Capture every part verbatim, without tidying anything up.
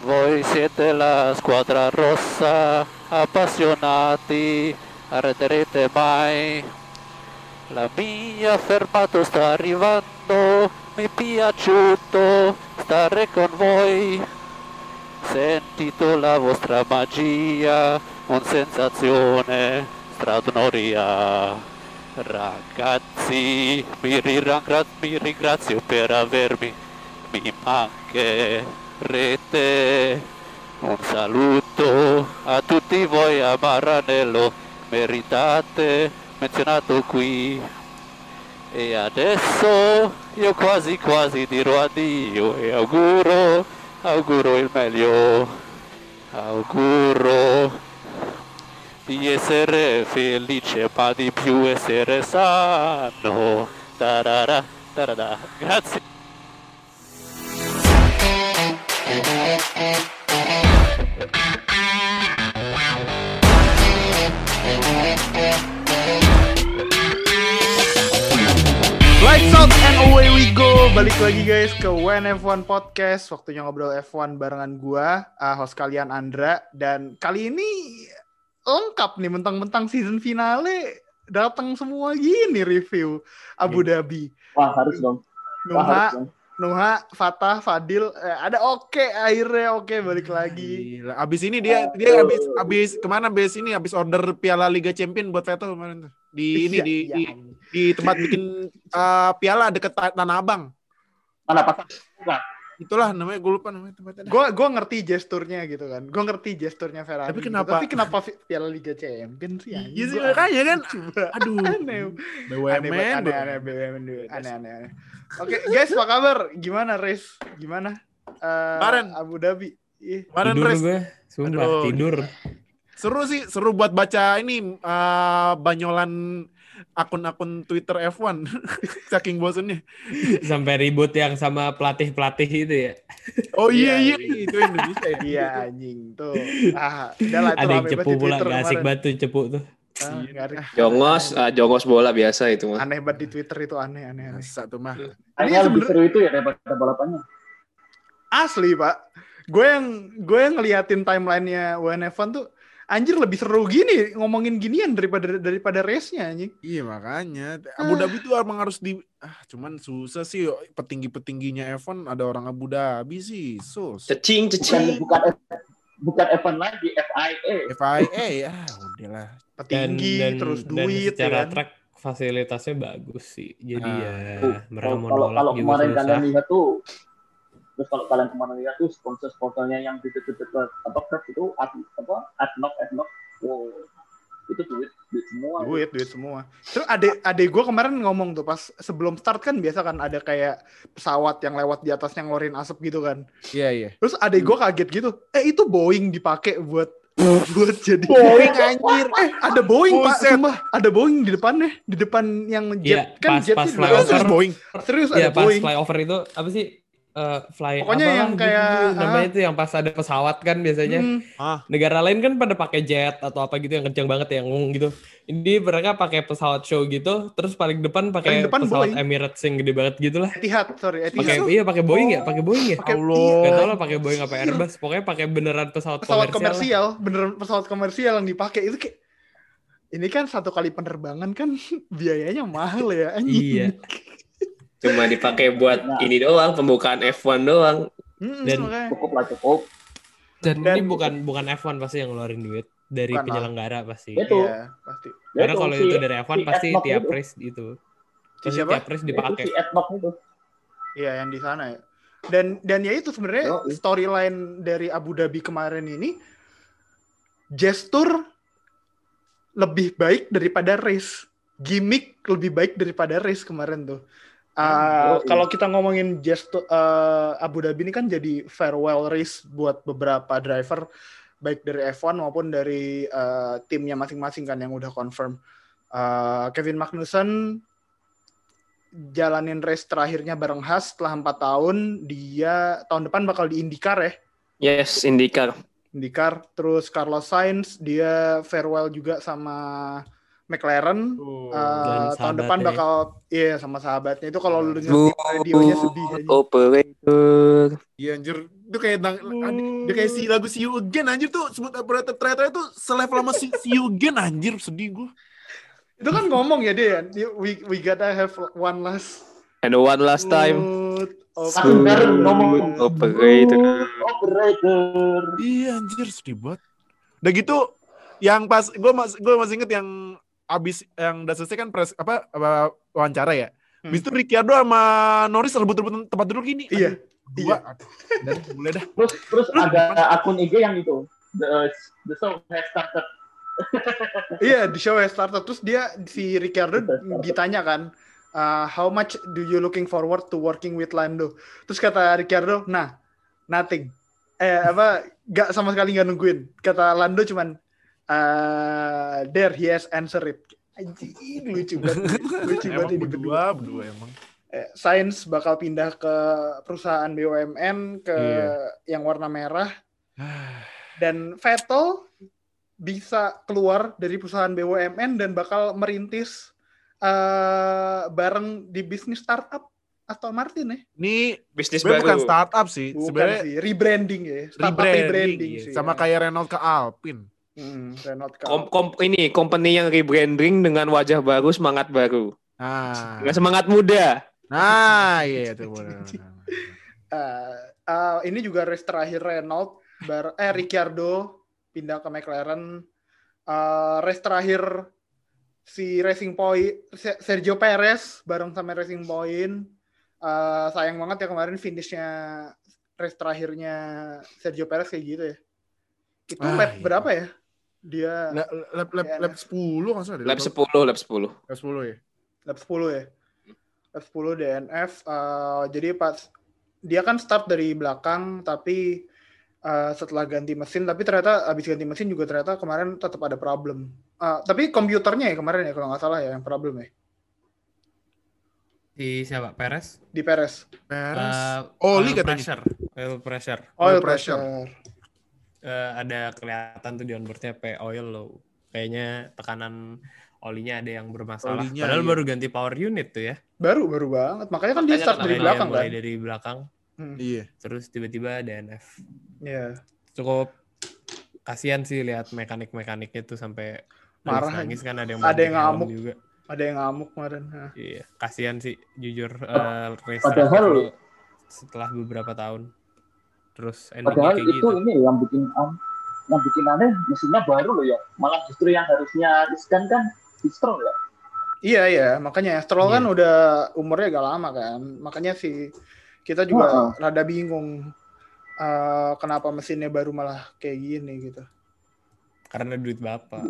Voi siete la squadra rossa, appassionati, arreterete mai? La mia fermato sta arrivando, mi è piaciuto stare con voi. Sentito la vostra magia, un sensazione straordinaria. Ragazzi, mi, rirangra- mi ringrazio per avermi, mi mancherete. Un saluto a tutti voi a Maranello, meritate menzionato qui. E adesso io quasi quasi dirò addio e auguro, auguro il meglio, auguro di essere felice ma di più essere sano. Tarara, tarara. Grazie. Lights out and away we go. Balik lagi guys ke W N F one Podcast. Waktunya ngobrol F one barengan gua, uh, host kalian Andra. Dan kali ini lengkap nih, mentang-mentang season finale datang semua gini review Abu Dhabi. Wah harus dong. Wah, harus Nuha, dong. Nuha, Fatah, Fadil, eh, ada Oke akhirnya Oke balik lagi. Gila. Abis ini dia dia abis abis kemana abis ini abis order Piala Liga Champion buat Vettel kemarin tuh. Di ini Iya, di, iya. di di tempat bikin uh, piala deket Tanah Abang. Mana pasang? Itulah namanya, gue lupa namanya tempatnya. Gue gue ngerti gesturnya gitu kan. Gue ngerti gesturnya Ferrari. Tapi gitu. kenapa- Tapi kenapa Piala Liga Champions sih? anjing? Iya sih, Gua makanya kan. coba. Aduh. Aneh. B U M Aneh N. banget, aneh, aneh, B U M N, aneh, aneh, aneh. Oke, guys, apa kabar? Gimana, Riz? Gimana? Eh, Kemarin. Abu Dhabi. Ih, Kemarin Tidur Res, gue, sumpah Aduh. tidur. seru sih, seru buat baca ini uh, banyolan akun-akun Twitter F one. Saking bosennya. Sampai ribut yang sama pelatih-pelatih itu ya. Oh iya Iya, iya, itu Indonesia ya. iya anjing tuh. Ah, udahlah itu Ada yang rame cepu banget di pula, Twitter gak asik kemarin. banget tuh cepu tuh. Ah, nggak ada- Jongos, ah, jongos bola biasa itu mah. Aneh banget di Twitter itu aneh, aneh, aneh. Satu mah. Kayaknya lebih sebenernya- seru itu ya daripada balapannya. Asli, Pak. Gue yang gue yang ngeliatin timelinenya W N F one tuh anjir lebih seru gini ngomongin ginian daripada daripada race-nya anjing. Iya makanya Abu Dhabi tuh emang harus di ah cuman susah sih petinggi-petingginya F one ada orang Abu Dhabi sih sus. Cecing, Bukan cecing. bukan F- bukan F one lagi, F I A. F I A ya udahlah. Dan, Petinggi dan, terus dan duit secara ya kan. track fasilitasnya bagus sih. Jadi Ah. ya Tuh, mereka Kalau mau kalau nolak kalau juga kemarin susah. kalian lihat tuh, terus kalau kalian kemarin lihat tuh sponsor-sponsornya yang deket-deket apa Fred itu ad, apa Adnoc Adnoc, wow itu duit duit semua. Duit, duit semua. Terus adek adek gue kemarin ngomong tuh pas sebelum start kan biasa kan ada kayak pesawat yang lewat di atasnya ngeluarin asap gitu kan. Iya iya. Terus adek gue kaget gitu. Eh itu Boeing dipakai buat buat jadi Boeing anjir. Eh ada Boeing Pak, Buset. sumpah. Ada Boeing di depannya, di depan yang jet Iya, kan pas- jet pas di flyover. belakang. Terus Boeing. Serius Iya ada pas Boeing. flyover itu apa sih? Eh, fly Pokoknya apalah yang gitu kayak, tuh, namanya ah. itu yang pas ada pesawat kan biasanya. Hmm. Ah. Negara lain kan pada pakai jet atau apa gitu yang kencang banget yang ngomong gitu. Ini mereka pakai pesawat show gitu, terus paling depan pakai Paling depan pesawat Boeing. Emirates yang gede banget gitu lah. Etihad, sorry, Pakai Etihad. iya pakai Boeing ya, pakai Boeing ya. Pakai- Allah. iya. Gak tau lah pakai Boeing apa Airbus, pokoknya pakai beneran pesawat, Pesawat komersial. lah. komersial, beneran pesawat komersial yang dipakai itu kayak ini kan satu kali penerbangan kan biayanya mahal ya anjing. Iya. Cuma dipakai buat Nah. ini doang, pembukaan F one doang. Mm-mm, Dan- makanya. Cukup lah cukup. Dan, Dan- ini bukan bukan F one pasti yang ngeluarin duit dari Bukan lah. penyelenggara pasti. Itu. Iya, pasti. Karena Itu kalau si- itu dari F one si pasti Adnoc tiap itu. race gitu. Si Pasti siapa? tiap race Itu dipakai. si Adnoc itu. Iya, yang di sana ya. Dan dan ya itu sebenarnya Yoi. storyline dari Abu Dhabi kemarin ini gestur lebih baik daripada race. Gimmick lebih baik daripada race kemarin tuh. Uh, Yoi. kalau kita ngomongin gestur uh, Abu Dhabi ini kan jadi farewell race buat beberapa driver baik dari F one maupun dari uh, timnya masing-masing kan yang udah confirm. Uh, Kevin Magnussen jalanin race terakhirnya bareng Haas setelah empat tahun. Dia tahun depan bakal di IndyCar ya. Yes, IndyCar. IndyCar. Terus Carlos Sainz dia farewell juga sama McLaren. Oh. Uh, Dan tahun depan sahabatnya. bakal iya sama sahabatnya itu kalau lu denger di radionya sedih aja. Operator. Iya anjir, Itu kayak dia kayak si lagu See You Again anjir tuh smooth operator ternyata itu selevel sama si See You Again anjir, sedih gue. Itu kan ngomong ya dia, we we gotta have one last And one last time. Langsung bareng ngomong Operator. Operator. Iya anjir, sedih banget. Udah gitu yang pas gue mas gue masih inget yang abis yang udah selesai kan pres apa, apa wawancara ya. Hmm. Habis itu Ricciardo sama Norris rebut-rebut tempat duduk gini. Iya. Aduh, Iya. aduh. Dan mulai dah. Terus terus ada akun I G yang itu. The the show has started. Iya, di show has started. Terus dia si Ricciardo ditanya kan, uh, how much do you looking forward to working with Lando? Terus kata Ricciardo, nah, nothing. Eh apa? Gak sama sekali gak nungguin. Kata Lando cuman, uh, there he has answered it. Anjing, lucu banget. Lucu banget ini berdua. Berdua emang. Eh, Sainz bakal pindah ke perusahaan B U M N ke Iya. yang warna merah. Dan Vettel bisa keluar dari perusahaan B U M N dan bakal merintis uh, bareng di bisnis startup Aston Martin ya. Ini Bisnis sebenarnya baru. bukan startup sih, Bukan sebenarnya sih, rebranding ya. Startup rebranding, rebranding iya. sih. Sama ya. kayak Renault ke Alpine. Hmm, Renault Cup. Kom, kom, ini company yang rebranding dengan wajah baru, semangat baru. Nah, Dengan semangat muda. nah iya itu benar. Uh, uh, ini juga race terakhir Renault, bar eh Ricciardo pindah ke McLaren. Uh, race terakhir si Racing Point, Sergio Perez bareng sama Racing Point. Uh, sayang banget ya kemarin finishnya race terakhirnya Sergio Perez kayak gitu ya. Itu Ah, lap iya. berapa ya? Dia Lap lap lap, Ya, lap sepuluh nggak salah deh. Lap sepuluh, lap sepuluh. Lap sepuluh ya. lap sepuluh ya. Lap sepuluh D N F. Uh, jadi pas dia kan start dari belakang tapi uh, setelah ganti mesin, tapi ternyata abis ganti mesin juga ternyata kemarin tetap ada problem. Uh, tapi komputernya ya kemarin ya kalau nggak salah ya yang problem ya Di siapa? Perez? di Perez. Perez. Uh, Oli oil katanya. pressure. Oil pressure. Oil Oil pressure. pressure. Eh, ada kelihatan tuh di onboardnya P oil low. Kayaknya tekanan olinya ada yang bermasalah. Olinya, Padahal iya. baru ganti power unit tuh ya. Baru baru banget. Makanya kan dia Makanya start kenapa dari Makanya belakang mulai kan. dari belakang, Hmm. Iya. terus tiba-tiba D N F. Iya. Cukup kasihan sih lihat mekanik-mekaniknya tuh sampai Marah. nangis kan, ada yang Ada yang banting helm ngamuk. juga. Ada yang ngamuk kemarin. Nah. Iya, kasihan sih jujur eh, race Padahal- terakhir lo setelah beberapa tahun. Terus endingnya Padahal kayak itu gitu. ini yang bikin an- yang bikin aneh mesinnya baru loh ya. Malah justru yang harusnya riskan kan Stroll ya. Iya iya, makanya Stroll kan Iya. udah umurnya agak lama kan. Makanya sih kita juga Heeh. rada bingung uh, kenapa mesinnya baru malah kayak gini gitu. Karena duit bapak.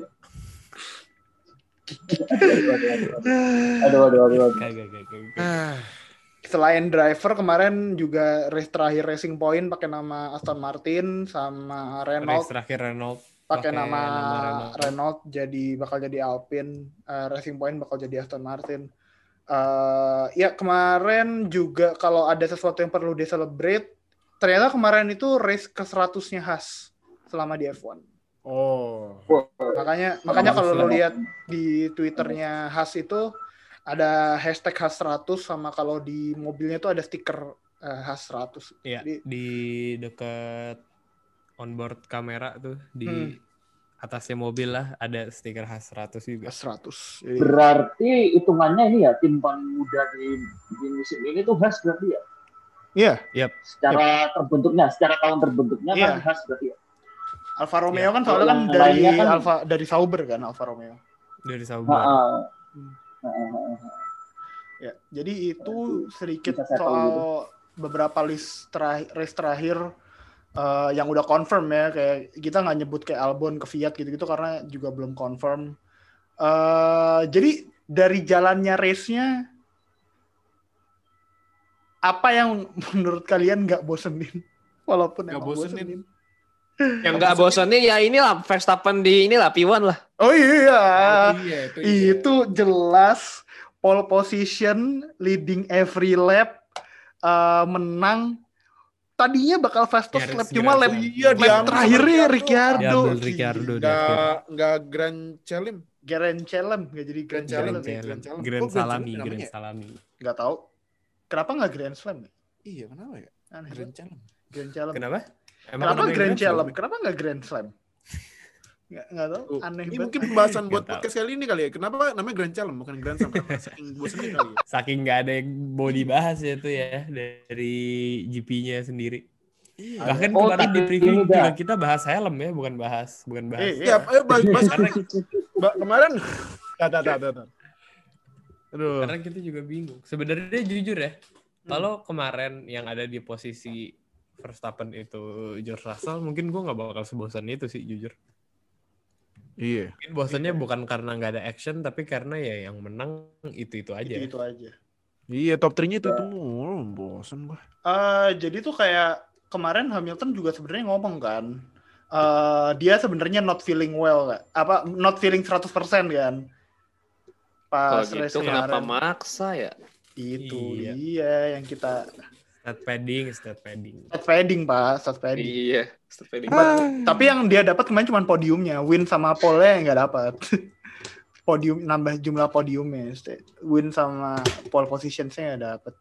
Aduh aduh aduh. aduh. Kagak, kagak, kagak. Ah, Selain driver kemarin juga race terakhir Racing Point pakai nama Aston Martin sama Race Renault terakhir Renault pakai nama, Renault. Renault jadi bakal jadi Alpine, uh, Racing Point bakal jadi Aston Martin. Uh, ya kemarin juga kalau ada sesuatu yang perlu di celebrate, ternyata kemarin itu race ke seratusnya Haas selama di F satu. oh. Makanya makanya kalau lo Selamat. lihat di Twitternya Haas itu ada hashtag Haas seratus sama kalau di mobilnya itu ada stiker uh, Haas seratus. Iya, Jadi- di dekat onboard kamera tuh di Hmm. atasnya mobil lah ada stiker Haas seratus juga. Haas seratus. Jadi, Berarti hitungannya ini ya tim paling muda di, di musim ini tuh Haas berarti ya. iya, Yap, Secara terbentuknya, secara tahun terbentuknya Iya. kan Haas berarti ya. Alfa Romeo Ya, kan soalnya kan yang dari lainnya kan- Alfa dari Sauber kan Alfa Romeo. dari Heeh. Sauber. Heeh. Ya, jadi itu sedikit Bisa settle soal gitu. beberapa list terakhir, race terakhir eh, yang udah confirm ya, kayak kita nggak nyebut kayak Albon ke Fiat gitu-gitu karena juga belum confirm. Eh, jadi dari jalannya race-nya apa yang menurut kalian nggak bosenin? Walaupun Nggak emang bosenin. bosenin. Yang nggak bosanin ya inilah Verstappen di inilah P satu lah. Oh iya, iya, itu, itu jelas pole position, leading every lap, eh, menang. Tadinya bakal fastest Nyaris lap, cuma Grand lap, Slam. iya, Diambil lap sama terakhirnya Ricciardo. Ricciardo. Diambil Ricciardo di akhir. Nggak nggak Grand Chelem. Grand Challenge, nggak jadi Grand Grand Challenge. Challenge. Grand, Grand Challenge. Grand Oh, Grand Salami, Challenge Grand namanya. Salami. Nggak tahu. Kenapa nggak Grand Slam? Ya? Iya, kenapa ya? Aneh Grand banget. Chelem. Grand Chelem. Kenapa? Emang Kenapa namanya Grand Chelem? Slam? Kenapa nggak Grand Slam? Nggak nggak tahu. Tuh, Aneh ini banget. mungkin pembahasan buat Nggak tahu. podcast kali ini kali ya. Kenapa namanya Grand Chelem bukan Grand Slam? Karena saking bosannya kali ya. Saking nggak ada yang mau dibahas ya tuh ya dari G P-nya sendiri. Iya. Bahkan Oh, kemarin di tapi preview ini juga dah. kita bahas helm ya, bukan bahas bukan bahas. Eh, Iya, ayo bahas bahas Karena Ba- kemarin. Tar, tar, tar, tar, tar. Aduh. Karena kita juga bingung. Sebenarnya jujur ya, kalau kemarin yang ada di posisi Verstappen itu George Russell, mungkin gue nggak bakal sebosan itu sih jujur. Iya. Mungkin bosannya bukan karena nggak ada action, tapi karena ya yang menang itu itu aja. Itu, itu aja. Iya, top tiga-nya itu itu mulu, bosan gua. Eh, jadi tuh kayak kemarin Hamilton juga sebenarnya ngomong kan, eh, dia sebenarnya not feeling well, gak? apa not feeling seratus persen kan. Kalau Pas race gitu kenapa kemarin. maksa ya? Itu Iya. dia yang kita Stat padding, stat padding. stat padding Pak, stat padding. Iya, stupid. But- tapi yang dia dapat kemarin cuma podiumnya, win sama pole nggak dapat. Podium nambah jumlah podiumnya, win sama pole positionsnya nggak dapat.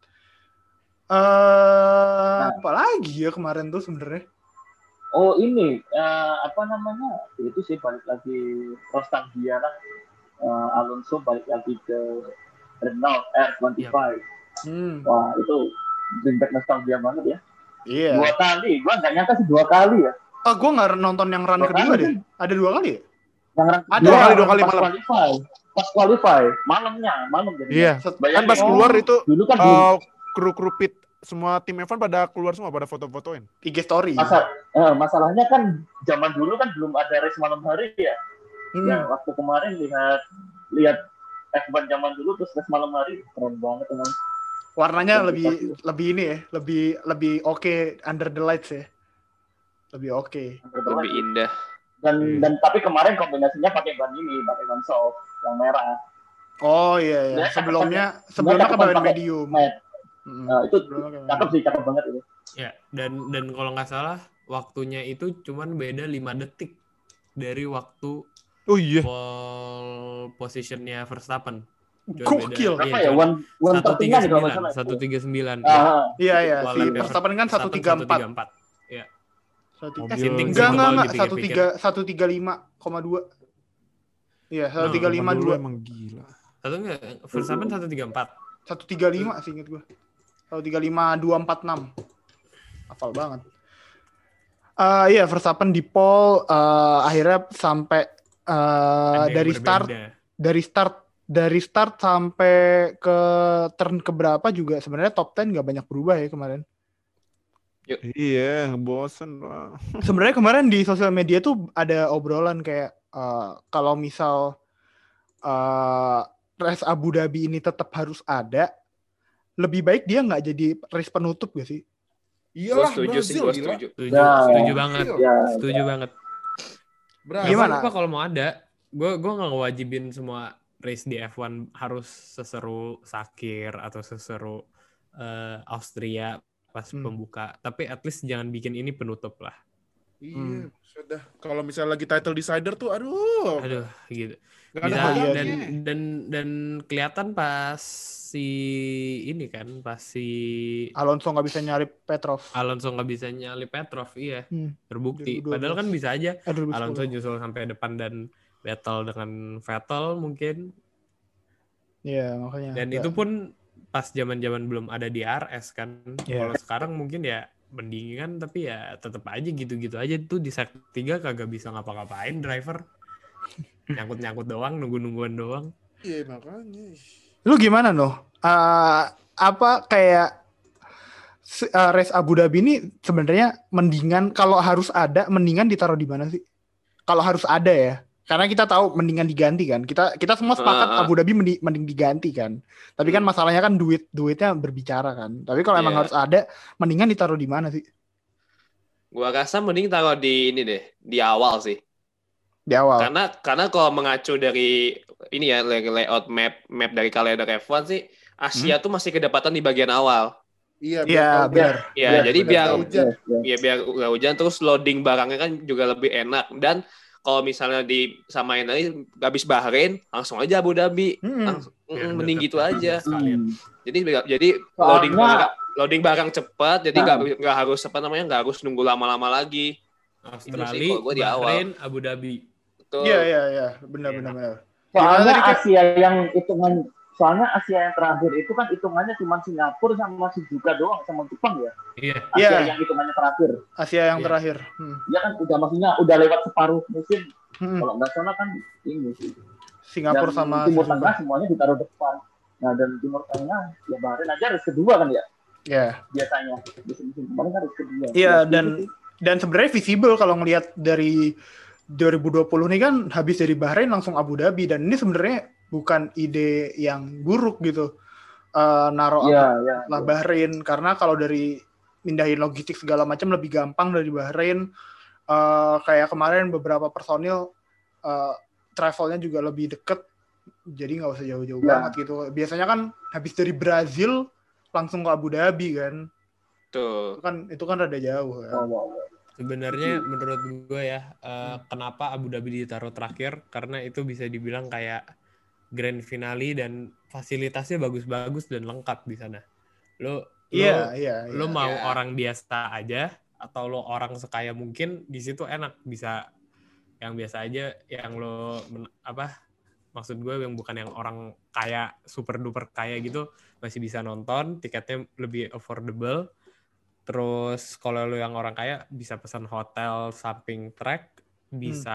Eh, apa lagi ya kemarin tuh sebenarnya? Oh ini eh, apa namanya? Itu sih balik lagi nostalgia lah. Eh, Alonso balik lagi ke Renault R dua puluh lima. Hmm, Wah itu bring back nostalgia banget ya. iya. Dua kali, gua nggak nyangka sih dua kali ya. Ah, gue nggak nonton yang run Dua kedua kali deh. kan? Ada dua kali ya? Yang run- Ada dua kali, dua kali pas malam. qualify, pas qualify, malamnya, malam jadi. Iya. Kan pas Bayangin, keluar itu dulu kan belum uh, kru-kru pit semua tim F satu pada keluar semua pada foto-fotoin. I G story. Masa, eh, masalahnya kan zaman dulu kan belum ada race malam hari ya. Hmm. Ya waktu kemarin lihat lihat F satu zaman dulu terus race malam hari keren banget teman. Warnanya lebih lebih ini ya, lebih lebih oke under the lights ya. Lebih oke. Lebih indah. Dan Hmm. dan tapi kemarin kombinasinya pakai ban ini, pakai ban soft yang merah. Oh iya iya. Dia Sebelumnya sebelumnya ke cakep ban pakai medium. matte. Mm-mm. Nah, itu Sebelumnya ke cakep sih, cakep banget itu. Ya, dan dan kalau nggak salah waktunya itu cuman beda lima detik dari waktu Oh iya. pole positionnya Verstappen. Gokil. Berapa ya? One one Satu tiga tertinggal kalau nggak sembilan, salah. satu tiga sembilan. Ah, Iya iya. Kuala Si Lumpur. Verstappen kan satu tiga empat. Ya. Satu Mobil eh, Sinting enggak sih enggak kalau enggak satu dipikir-pikir. tiga satu tiga lima koma dua. Iya satu tiga lima Dulu dua. emang gila. Satu enggak, Verstappen satu tiga empat. Satu tiga lima sih inget gue. Satu tiga lima dua empat enam. Hafal banget. Eh iya Verstappen di pole eh, akhirnya sampai eh, dari start dari start dari start sampai ke turn keberapa juga sebenarnya top sepuluh nggak banyak berubah ya kemarin. Iya, bosen lah. Sebenarnya kemarin di sosial media tuh ada obrolan kayak eh, kalau misal eh, race Abu Dhabi ini tetap harus ada, lebih baik dia nggak jadi race penutup gak sih? Gue Iyalah, setuju sih, Brazil gue gila. setuju. Setuju, Ya. setuju banget. ya. Setuju banget. Brazil. Gimana? Apa kalau mau ada, gue gue nggak ngewajibin semua race di F satu harus seseru Sakir atau seseru eh, Austria pas Hmm. pembuka. Tapi at least jangan bikin ini penutup lah. Iya, sudah. Kalau misalnya lagi title decider tuh, aduh. Aduh, gitu. Nggak ada Bisa, iya, dan bahannya. dan dan kelihatan pas si ini kan, pas si Alonso nggak bisa nyari Petrov. Alonso nggak bisa nyali Petrov, iya Hmm. terbukti. dua ribu dua belas. Padahal kan bisa aja Eh, dua ribu sepuluh. Alonso nyusul sampai depan dan battle dengan Vettel mungkin. Iya makanya. Dan Nggak- itu pun pas zaman-zaman belum ada di R S kan. Iya. Kalau sekarang mungkin ya mendingan, tapi ya tetap aja gitu-gitu aja tuh di set tiga kagak bisa ngapa-ngapain driver. Nyangkut-nyangkut doang, nunggu-nungguan doang. Iya, makanya. Lu gimana noh? Eh, apa kayak se- eh, race Abu Dhabi ini sebenarnya mendingan kalau harus ada, mendingan ditaruh di mana sih? Kalau harus ada ya, karena kita tahu mendingan diganti kan. Kita kita semua sepakat Ah, ah. Abu Dhabi mending, mending diganti kan. Tapi kan masalahnya kan duit duitnya berbicara kan. Tapi kalau emang Iya. harus ada, mendingan ditaruh di mana sih? Gua rasa mending taruh di ini deh, di awal sih. Di awal. Karena karena kalau mengacu dari ini ya lay- layout map map dari kalender F satu sih, Asia tuh masih kedapatan di bagian awal. Iya, Iya biar tahu benar. Ya, Iya, jadi benar, biar tahu. Hujan. ya biar nggak hujan terus loading barangnya kan juga lebih enak. Dan kalau misalnya disamain aja habis Bahrain langsung aja Abu Dhabi. Hmm. Langsung, Biar mm, mending deket gitu ya, aja. sekalian. Hmm. Jadi jadi loading Soalnya barang loading barang cepat, jadi Nah. nggak nggak harus apa namanya nggak harus nunggu lama-lama lagi. Australia, Itu sih kalau gua di awal. Bahrain, Abu Dhabi. Betul. Iya iya iya, benar Iya. benar benar. Gimana Soalnya tadi, Kak? Asia yang hitungan soalnya Asia yang terakhir itu kan hitungannya cuma Singapura sama Suzuka doang sama Jepang ya. Iya. Asia Iya. yang hitungannya terakhir. Asia yang Iya. terakhir. Hmm. Ya kan udah maksudnya udah lewat separuh musim. Hmm. Kalau nggak salah kan ini sih. Singapura Dan sama Timur Suzuka. Tengah semuanya ditaruh depan. Nah dan Timur Tengah ya Bahrain aja harus kedua kan ya Ya. biasanya. Musim-musim kemarin kan harus kedua. Iya, Ya, dan gitu sih. dan sebenarnya visible kalau ngelihat dari dua ribu dua puluh nih kan habis dari Bahrain langsung Abu Dhabi, dan ini sebenarnya bukan ide yang buruk gitu. Eh naruh Iya, iya. lah Bahrain, karena kalau dari mindahin logistik segala macam lebih gampang dari Bahrain. Eh, kayak kemarin beberapa personil eh, travelnya juga lebih deket, jadi nggak usah jauh-jauh Ya. banget gitu. Biasanya kan habis dari Brazil langsung ke Abu Dhabi kan, Tuh. itu kan itu kan rada jauh kan. Oh, wow, wow. Sebenarnya menurut gue ya, eh, kenapa Abu Dhabi ditaruh terakhir? Karena itu bisa dibilang kayak grand finale dan fasilitasnya bagus-bagus dan lengkap di sana. Lo, Iya lo, iya. lo iya. mau Iya. orang biasa aja atau lo orang sekaya mungkin di situ enak, bisa yang biasa aja, yang lo men- apa? Maksud gue yang bukan yang orang kaya super duper kaya gitu masih bisa nonton, tiketnya lebih affordable. Terus kalau lu yang orang kaya bisa pesan hotel samping trek, bisa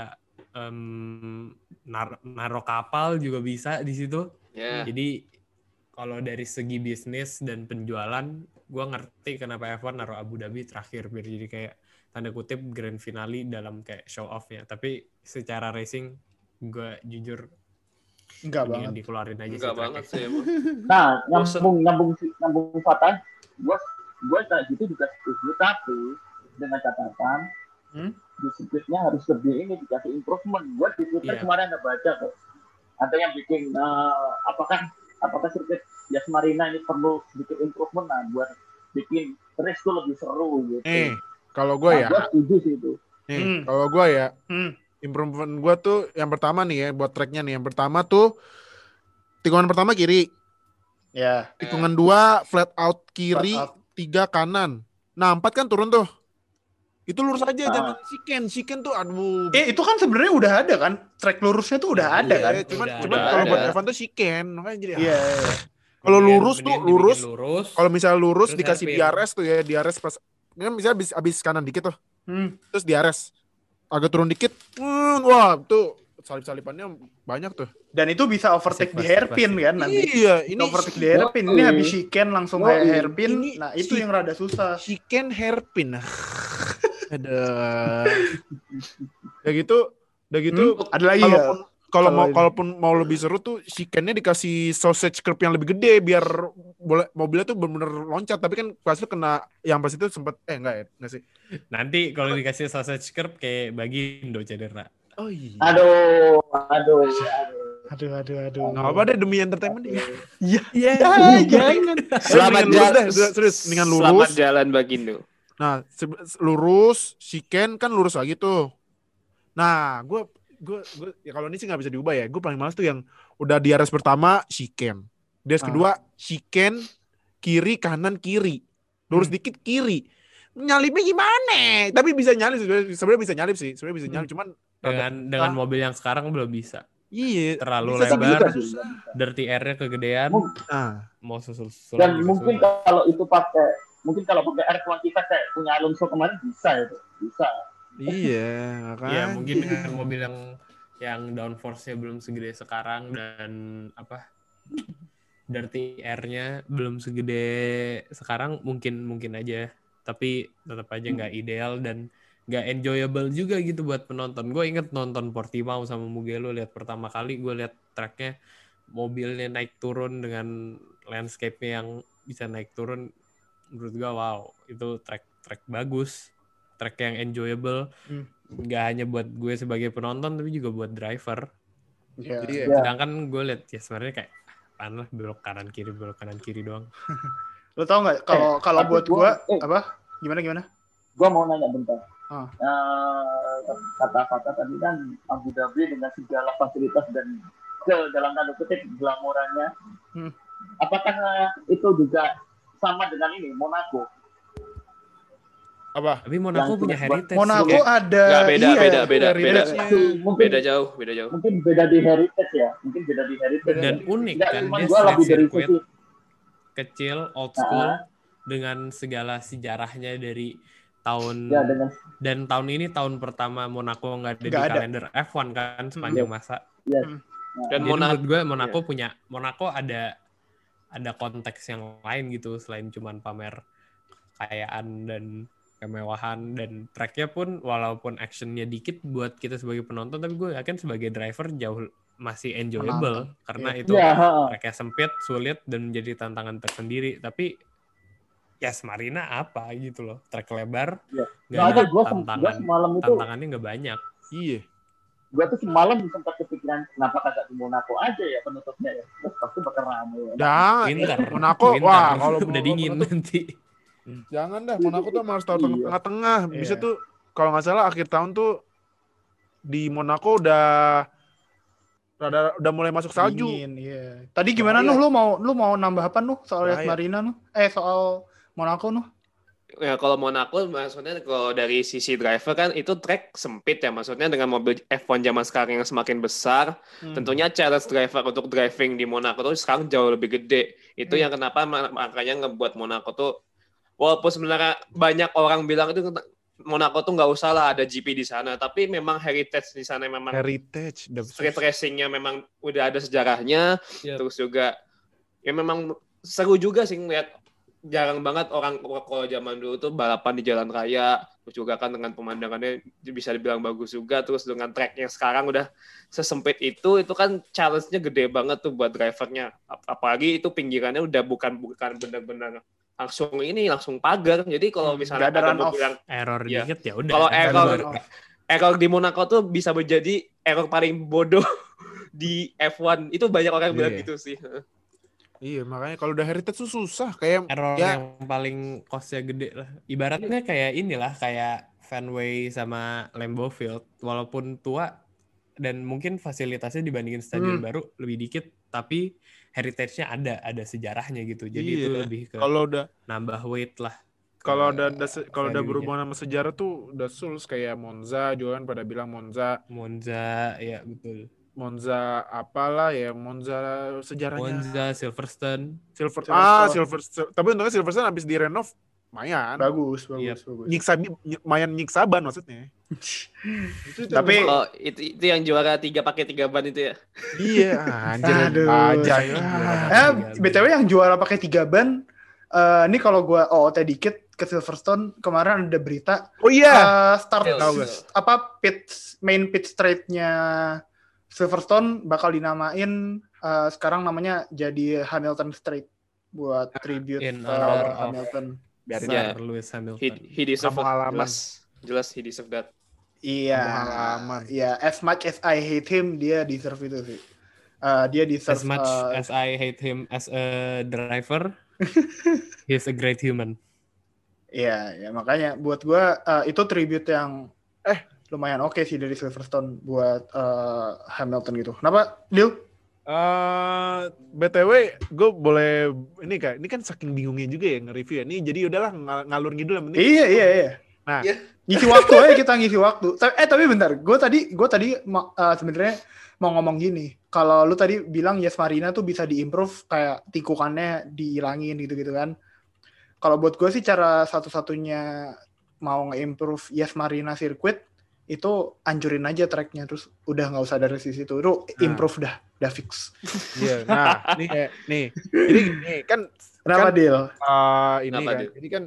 em, nar- naruh kapal juga bisa di situ. Ya. Jadi kalau dari segi bisnis dan penjualan, gue ngerti kenapa F satu naruh Abu Dhabi terakhir biar jadi kayak tanda kutip grand finale dalam kayak show off-nya. Tapi secara racing gue jujur Enggak mendingan banget. dikeluarin aja Enggak sih banget tracknya. sih emang. Nah, Bosen. nyambung nyambung nyambung Fatah, gue gue kayak gitu juga setuju, tapi dengan catatan Hmm? di sirkuitnya harus lebih ini dikasih improvement. Gue di Twitter Iya. kemarin ada baca kok, ada yang bikin eh, apakah apakah sirkuit Yas Marina ini perlu sedikit improvement nah buat bikin race tuh lebih seru gitu. Eh, kalau gue Nah, ya, gue setuju sih itu. nih, Hmm. kalau gue ya, Hmm. improvement gue tuh yang pertama nih ya, buat tracknya nih, yang pertama tuh tikungan pertama kiri, Ya. tikungan dua flat out kiri, Flat out. tiga kanan. Nah empat kan turun tuh. Itu lurus aja, Ah. jangan chicken. Chicken tuh aduh. Eh itu kan sebenarnya udah ada kan, track lurusnya tuh udah ada Iya, kan. cuman Udah cuman ada. kalau buat Ada. Evan tuh chicken, makanya jadi ah. Iya. iya. Kalau Mendingan- lurus tuh mendingan dibikin lurus. lurus. Kalau misalnya lurus Terus dikasih hairpin. D R S tuh ya, D R S pas kan misalnya abis, abis kanan dikit tuh, Hmm. terus D R S agak turun dikit, hmm, wah tuh salip-salipannya banyak tuh. Dan itu bisa overtake Pasti, di pasti, hairpin pasti. kan nanti. Iya, Ini ini overtake di hairpin, ini Yoi. habis chicane langsung Yoi. kayak hairpin. Ini Nah itu si- yang rada susah. chicken hairpin. Ada. Udah gitu, udah gitu. Hmm? Ada lagi Kalaupun nggak? kalau mau Kalau ini. kalaupun mau lebih seru tuh chickennya dikasih sausage curb yang lebih gede biar boleh mobilnya tuh benar-benar loncat, tapi kan pas itu kena yang pas itu sempat eh enggak ya enggak sih. Nanti kalau dikasih sausage curb kayak Bagindo cedera. Oh iya. Aduh, aduh, aduh. Aduh aduh aduh. Nggak apa deh demi entertainment ya. Iya. Iya, jangan. Selamat Mendingan lurus jalan. deh, serius, serius. Mendingan lurus. Selamat jalan Bagindo. Nah, se- lurus, chicken kan lurus lagi tuh. Nah, gue gue gue ya kalau ini sih nggak bisa diubah ya. Gue paling males tuh yang udah di R S pertama chicken, di R S Ah. kedua chicken kiri kanan kiri, lurus Hmm. dikit kiri. Nyalipnya gimana? Tapi bisa nyalip sebenarnya, sebenarnya bisa nyalip sih, sebenarnya bisa nyalip. Cuman dengan rada- dengan ah, mobil yang sekarang belum bisa. iya terlalu bisa, lebar. bisa, susah. Dirty air-nya kegedean, Mung- Nah, mau susul-susulan Dan juga mungkin susah. kalau itu pakai mungkin kalau pakai R dua puluh lima kayak punya Alonso kemarin bisa itu. Bisa. iya kan. Iya, mungkin dengan mobil yang yang downforce-nya belum segede sekarang dan apa dirty air-nya belum segede sekarang mungkin mungkin aja, tapi tetap aja nggak ideal dan nggak enjoyable juga gitu buat penonton. Gue inget nonton Portimao sama Mugello, lihat pertama kali gue lihat tracknya, mobilnya naik turun dengan landscape-nya yang bisa naik turun, menurut gue wow, itu track track bagus, track yang enjoyable, Hmm. nggak hanya buat gue sebagai penonton tapi juga buat driver. Iya. Iya. Ya. Sedangkan gue lihat ya sebenarnya kayak apaan lah, belok kanan kiri belok kanan kiri doang. Lo tau nggak kalau Eh, kalau tapi buat gua- gua eh. apa? Gimana gimana? Gua mau nanya bentar. Ah. Eh, kata-kata tadi kan Abu Dhabi dengan segala fasilitas dan ke dalam tanda kutip glamorannya, Hmm. apakah itu juga sama dengan ini Monaco. Apa? Tapi Monaco Yang punya sudah buat- heritage. Monaco sih. ada Nggak, beda, iya, beda, beda, beda. heritage-nya. Mungkin Beda jauh, beda jauh. mungkin beda di heritage ya, mungkin beda di heritage. Dan ya. unik Nggak, kan, cuma dia gua lebih street dari circuit. sisi Kecil, old school, dengan segala sejarahnya dari tahun ya dengan dan tahun ini tahun pertama Monaco nggak ada Nggak di ada. kalender F satu kan sepanjang masa. ya, Dan Jadi Monaco menurut gue Monaco punya Monaco ada ada konteks yang lain gitu selain cuman pamer kekayaan dan kemewahan, dan tracknya pun walaupun actionnya dikit buat kita sebagai penonton, tapi gue yakin sebagai driver jauh masih enjoyable Menantang. karena Iya. itu ya, ha, ha. tracknya sempit, sulit, dan menjadi tantangan tersendiri. Tapi Yas Marina apa gitu loh, track lebar, Iya. nggak Nggak ada ada, gua sem- tantangan, gua semalam itu tantangannya nggak banyak. Iya. gue tuh semalam sempat kepikiran kenapa kagak di Monaco aja ya penutupnya ya, terus pasti bakal ramai ya. Jangan. Winter, Monaco, winter. wah kalau udah dingin penutup, nanti. jangan dah. Monaco tuh harus tahu Iya. tengah-tengah. Bisa Iya. tuh kalau nggak salah akhir tahun tuh di Monaco udah rada udah mulai masuk salju. Dingin, iya. Tadi gimana Bahaya. Nuh? Lu mau lu mau nambah apa Nuh soal Yas Bahaya. Marina Nuh? Eh soal Monaco Nuh? Ya kalau Monaco maksudnya kalau dari sisi driver kan itu track sempit ya, maksudnya dengan mobil F satu zaman sekarang yang semakin besar, Hmm. tentunya challenge driver untuk driving di Monaco tuh sekarang jauh lebih gede. Itu Hmm. yang kenapa mak- makanya ngebuat Monaco tuh, walaupun sebenarnya banyak orang bilang itu Monaco tuh nggak usah lah ada G P di sana, tapi memang heritage di sana memang Heritage. Udah street racingnya memang udah ada sejarahnya. Yep. Terus juga ya memang seru juga sih ngeliat, jarang banget orang kalau zaman dulu tuh balapan di jalan raya, terus juga kan dengan pemandangannya bisa dibilang bagus juga, terus dengan tracknya sekarang udah sesempit itu, itu kan challenge-nya gede banget tuh buat drivernya. Ap- apalagi itu pinggirannya udah bukan bukan benar-benar langsung ini langsung pagar. Jadi kalau Hmm, misalnya nggak ada ada run off. mobil yang Error Iya. dikit ya udah. Kalau kan. error- Run off. error di Monaco tuh bisa menjadi error paling bodoh di F satu. Itu banyak orang bilang Iya. gitu sih. Iya, makanya kalau udah heritage tuh susah kayak Error ya yang paling cost-nya gede lah. Ibaratnya kayak inilah, kayak Fenway sama Lambeau Field. Walaupun tua dan mungkin fasilitasnya dibandingin stadion Hmm. baru lebih dikit, tapi heritage-nya ada, ada sejarahnya gitu. Jadi Iya. itu lebih ke kalau udah nambah weight lah. kalau ke udah ada se- kalau udah value-nya. berhubungan sama sejarah tuh udah sulus kayak Monza juga kan pada bilang Monza Monza, ya betul. Monza apalah ya Monza sejarahnya Monza, Silverstone. Silver Silverstone. ah Silverstone, tapi untungnya Silverstone habis direnov lumayan Bagus, bagus, Yep. bagus. nyiksa ny- lumayan nyiksaban maksudnya itu, itu Tapi- Oh, itu itu yang juara tiga pakai tiga ban itu ya. iya anjir Aduh, aja saking ya. juara. Eh, Tiga B T W yang juara pakai tiga ban, eh ini kalau gue O O T dikit ke Silverstone kemarin ada berita Oh iya eh, start Tahu gak? apa pit main pit straight-nya Silverstone bakal dinamain eh, sekarang namanya jadi Hamilton Straight buat tribute In ke honor of- Hamilton. biarin Iya. aja Sir Lewis Hamilton. He, he deserve Kampung it. halaman. jelas. Jelas he deserve that. Iya, Kampung halaman. iya. As much as I hate him, dia deserve itu sih. Eh, dia deserve. As much eh, as I hate him as a driver, he's a great human. Iya, ya makanya buat gua eh, itu tribute yang Eh. lumayan oke sih dari Silverstone buat eh, Hamilton gitu. Kenapa, Dil? Eh, B T W gue boleh ini kak ini kan saking bingungnya juga ya nge-review ya ini jadi udahlah ng- ngalur ngidul yang penting Iya, iya, iya. Nah. Iya. Ngisi waktu aja kita ngisi waktu. Ta- Eh tapi bentar, gue tadi gue tadi ma- eh, sebenarnya mau ngomong gini. Kalau lu tadi bilang Yas Marina tuh bisa diimprove kayak tikukannya dihilangin gitu-gitu kan. Kalau buat gue sih cara satu-satunya mau nge-improve Yas Marina Circuit itu anjurin aja tracknya terus udah nggak usah dari sisi itu. Itu improve dah, udah fix. Iya, nah, nih, nih, jadi nih kan, Kenapa Kan- Dil? uh, ini Kenapa, kan, Dil? jadi kan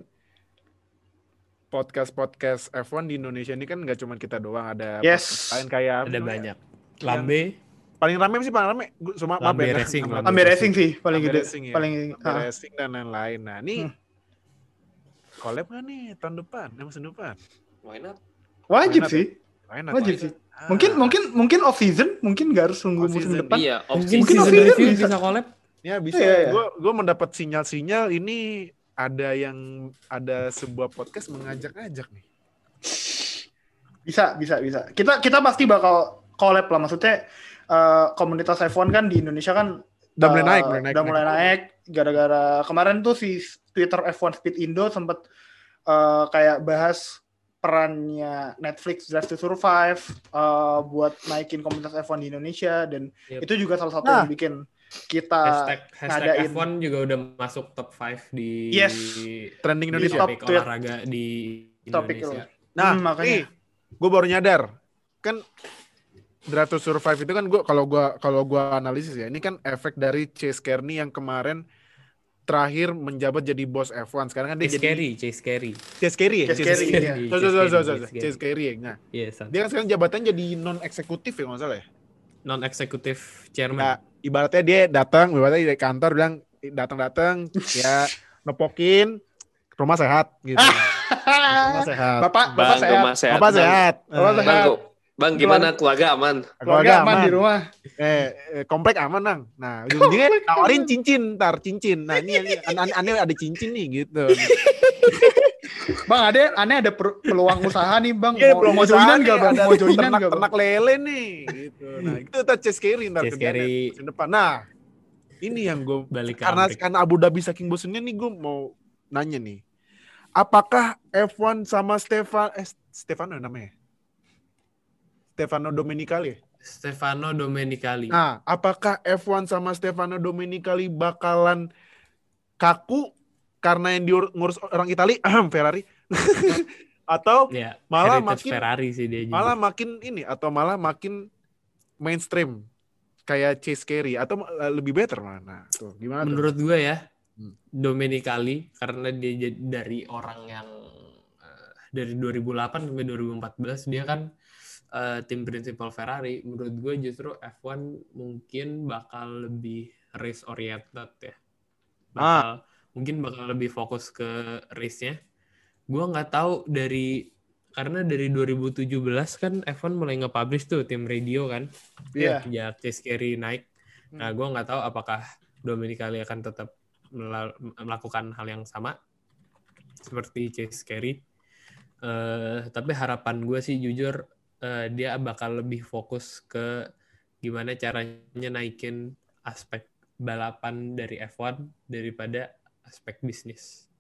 podcast podcast F satu di Indonesia ini kan nggak cuma kita doang, ada Yes. podcast lain kayak Ada banyak. Lambe, paling rame sih paling rame, gua cuma maaf Lambe ya, Racing, nama- Lambe Ambil racing sih paling Lambe gede, Racing ya. paling Lambe ah. Racing dan lain-lain. Nah, ini Hmm. collab nggak nih tahun depan, eh, musim depan? Why not? Wajib Enak sih. Why not? Wajib Why sih. Ah. Mungkin mungkin mungkin off season, mungkin nggak harus tunggu Off musim season, depan. Iya, mungkin opsi. Mungkin season off-season review bisa. bisa collab. Ya bisa. Iya, iya. Gue gue mendapat sinyal-sinyal ini ada yang ada sebuah podcast mengajak-ajak nih. Bisa, bisa, bisa. Kita kita pasti bakal collab lah. Maksudnya eh, komunitas F satu kan di Indonesia kan Udah mulai eh, naik, mulai naik, udah mulai naik gara-gara kemarin tuh si Twitter F one Speed Indo sempat uh, kayak bahas perannya Netflix Drive to Survive uh, buat naikin komunitas F one di Indonesia, dan Yep. itu juga salah satu Nah. yang bikin kita hashtag hashtag ngadain. F one juga udah masuk top lima di Yes. Trending di Indonesia. Top topik tweet. olahraga di Topik Indonesia. Nah, Hmm, makanya. nih, gue baru nyadar kan Drive to Survive itu kan gue kalau gue kalau gue analisis ya, ini kan efek dari Chase Carey yang kemarin terakhir menjabat jadi bos F one. Sekarang kan dia Chase jadi Carey, Chase Carey. Chase Carey ya, Chase Carey, iya. So, so, so, so, so, so. Chase Carey ya. Nah, Iya, san. dia kan sekarang jabatan jadi non eksekutif ya, nggak salah ya. Non executive Nah, chairman. ibaratnya dia datang, ibaratnya dari kantor bilang datang-datang ya nepokin rumah sehat gitu. Rumah sehat. Bapak, Bang, bapak sehat. rumah sehat. Bapak Bang. sehat. Bapak Eh, Bang, sehat. kok- Bang, gimana keluarga aman? Keluarga aman di rumah. Eh, eh, komplek aman, Nang. Nah, ujung-ujungnya tawarin cincin, ntar cincin. Nah, ini ini aneh, aneh ada cincin nih gitu. Bang, ada aneh ada per- peluang usaha nih, Bang. Iya, mau, belum mau joinan nih, gak, Bang? ada Mau joinan ternak, gak, Bang? ternak lele nih gitu. Nah, itu tuh Chase Carey ntar Chase kerjaannya Carey. musim depan. Nah, ini yang gue Balik ke karena Amrik. karena Abu Dhabi saking bosennya nih, gue mau nanya nih. Apakah F one sama Stefan eh Stefano namanya? Stefano Domenicali. Stefano Domenicali. Nah, apakah F one sama Stefano Domenicali bakalan kaku karena yang diurus orang Itali, Ferrari, atau Ya, malah heritage makin- Ferrari sih dia juga. malah makin ini, atau malah makin mainstream kayak Chase Carey, atau uh, lebih better mana? Tuh, gimana? tuh? Menurut gue ya, Hmm. Domenicali karena dia jadi dari orang yang eh, dari dua ribu delapan sampai dua ribu empat belas dia kan eh, tim prinsipal Ferrari. Menurut gue justru F one mungkin bakal lebih race oriented ya. Bakal mungkin bakal lebih fokus ke race-nya. Gue nggak tahu dari karena dari dua ribu tujuh belas kan F one mulai nge-publish tuh tim radio kan. Iya. Sejak Chase Carey naik. Nah, Hmm. gue nggak tahu apakah Domenicali akan tetap melal- melakukan hal yang sama seperti Chase Carey. Eh, tapi harapan gue sih jujur eh, dia bakal lebih fokus ke gimana caranya naikin aspek balapan dari F one daripada aspek bisnis.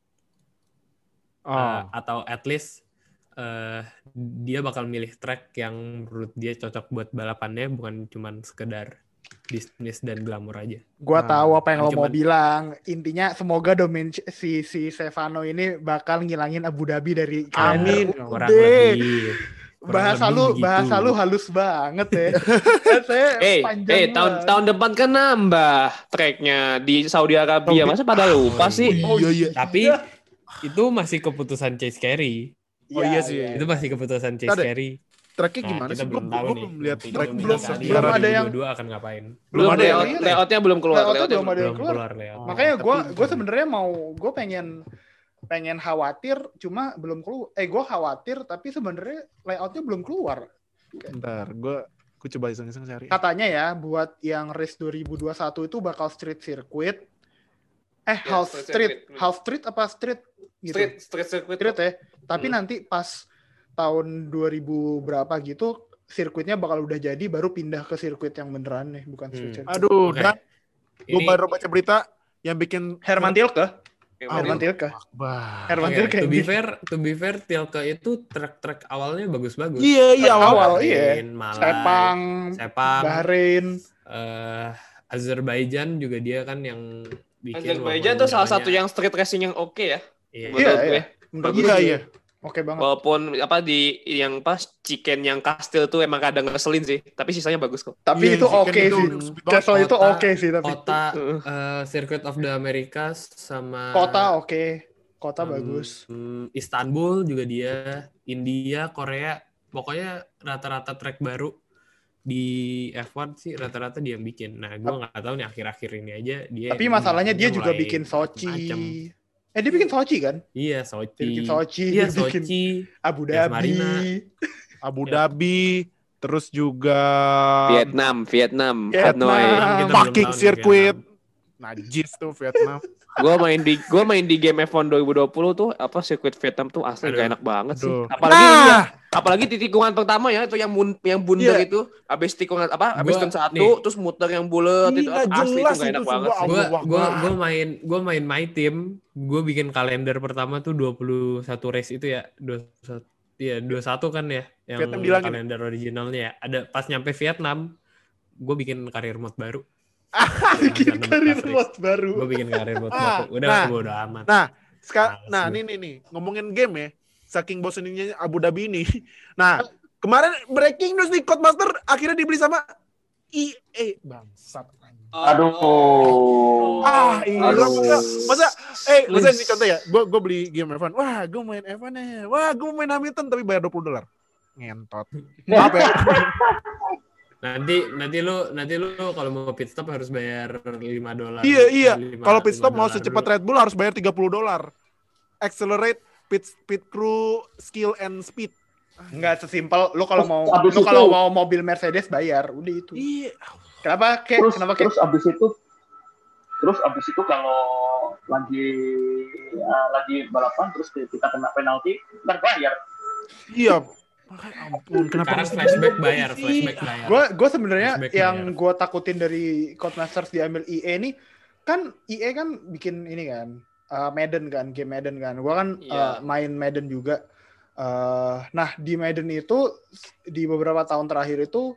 Oh. Eh, atau at least eh, dia bakal milih track yang menurut dia cocok buat balapannya, bukan cuman sekedar bisnis dan glamour aja. Gua Nah, tahu apa yang lo cuman- mau bilang. Intinya semoga domain si si Stefano ini bakal ngilangin Abu Dhabi dari Amin. kalender. Kurang Udah. lebih. kurang Bahasa lebih lu, begitu. bahasa lu halus banget ya. Saya Eh, panjang eh tahun banget. tahun depan kan nambah tracknya di Saudi Arabia. Masa pada lupa Oh, sih? Oh, iya, iya. Tapi itu masih keputusan Chase Carey. Oh iya sih. Itu masih keputusan Chase Ada. Carey. Tracknya Nah, gimana kita sih? belum Gua- tahu gua nih. belum lihat nanti track belum- Domenicali belum ada dua yang- ribu dua puluh dua akan ngapain. Belum, ada layout, yang- layoutnya belum keluar. Layoutnya Layoutnya belum ada yang Belum keluar. keluar layout. Oh. Makanya tapi gue gue gimana? sebenarnya mau gue pengen pengen khawatir cuma belum keluar. Eh gue khawatir tapi sebenarnya layoutnya belum keluar. Bentar, gue gue coba iseng-iseng cari. Katanya ya buat yang race dua ribu dua puluh satu itu bakal street circuit. Eh Ya, half street street, circuit. half street apa street gitu. Street, street circuit. Street ya. Tapi Hmm. nanti pas tahun dua ribu berapa gitu sirkuitnya bakal udah jadi baru pindah ke sirkuit yang beneran nih, bukan street Hmm. circuit. Aduh, Oke. dan gue Ini baru baca berita yang bikin Herman Tilke, Kayak Herman gitu. Tilke. Wah. Herman Oke, Tilke. to be fair, to be fair, Tilke itu track-track awalnya bagus-bagus. Iya, iya Awal, awal. iya. Bahrain, Malai, Sepang, Sepang, Bahrain. eh, Azerbaijan juga dia kan yang bikin. Azerbaijan walaupun tuh salah namanya- satu yang street racing yang oke ya. Iya, Menurut Iya, gue. iya. Menurut Iya, gue iya. Oke banget. Walaupun apa di yang pas chicken yang kastil tuh emang kadang ngeselin sih, tapi sisanya bagus kok. Tapi Iya, itu chicken oke itu sih. speed banget. Castle itu Kota- oke sih tapi. Kota Heeh. eh, Circuit of the Americas sama Kota oke. Kota Hmm, bagus. hmm, Istanbul juga dia, India, Korea, pokoknya rata-rata track baru di F one sih rata-rata dia yang bikin. Nah, gue nggak tahu nih akhir-akhir ini aja dia. Tapi yang masalahnya dia juga mulai bikin Sochi. macem-macem. Eh dia bikin Sochi kan? Iya, Dia Sochi. bikin Sochi, Iya, dia bikin Sochi. Abu Yas Dhabi. Marina. Abu Ya. Dhabi, terus juga Vietnam, Vietnam, Vietnam. Hanoi. Kita belum Parking tahu nih circuit. Vietnam. Najis tuh Vietnam. Gua main di gua main di game F one dua ribu dua puluh tuh apa sirkuit Vietnam tuh asli Aduh. gak enak banget sih. Aduh. Apalagi ini ya, Nah, Apalagi di tikungan pertama ya itu yang mun, yang bundar Iya. itu habis tikungan apa habis Gua- turn satu nih. terus muter yang bulat itu Iya, asli itu jelas gak enak itu, banget sumpah. sih. Gue Allah gue Akbar. gue main gue main my team, gue bikin kalender pertama tuh dua puluh satu race itu ya, dua puluh satu iya dua puluh satu kan ya yang Vietnam bilangin. kalender originalnya ya. Ada pas nyampe Vietnam, gue bikin karir mode baru. Bikin karir mode baru. Gue bikin karir mode Ah, baru. Udah nah. bodo amat. Nah, sekarang, Males nah gue. nih nih nih ngomongin game ya, saking boseninnya Abu Dhabi ini. Nah, kemarin breaking news nih, Codemaster akhirnya dibeli sama E A. Bangsat. Aduh. Ah, iya Aduh. masa, masa, eh, masa ini contoh ya, gue gue beli game F satu, wah gue main F satu nih, wah gue main Hamilton tapi bayar dua puluh dolar. Ngentot. Maaf ya. Nanti nanti lu nanti lu kalau mau pit stop harus bayar lima dolar. Iya, iya. lima- Kalau pit stop lima mau dolar secepat dulu. Red Bull harus bayar tiga puluh dolar. Accelerate, pit pit crew, skill and speed. Enggak sesimpel lu kalau mau Abis lu kalau itu- mau mobil Mercedes bayar, udah itu. Iya. Kenapa kek? Terus Kenapa kek? terus abis itu terus abis itu kalau lagi uh, lagi balapan terus kita kena penalti ntar bayar. Iya. Ah, ampun, kenapa Sekarang harus flashback begitu bayar, sih? flashback bayar. Gue gue sebenarnya Flashback yang bayar. gue takutin dari Codemasters diambil E A nih kan E A kan bikin ini kan uh, Madden kan game Madden kan. Gue kan uh, Iya. main Madden juga. Uh, nah di Madden itu di beberapa tahun terakhir itu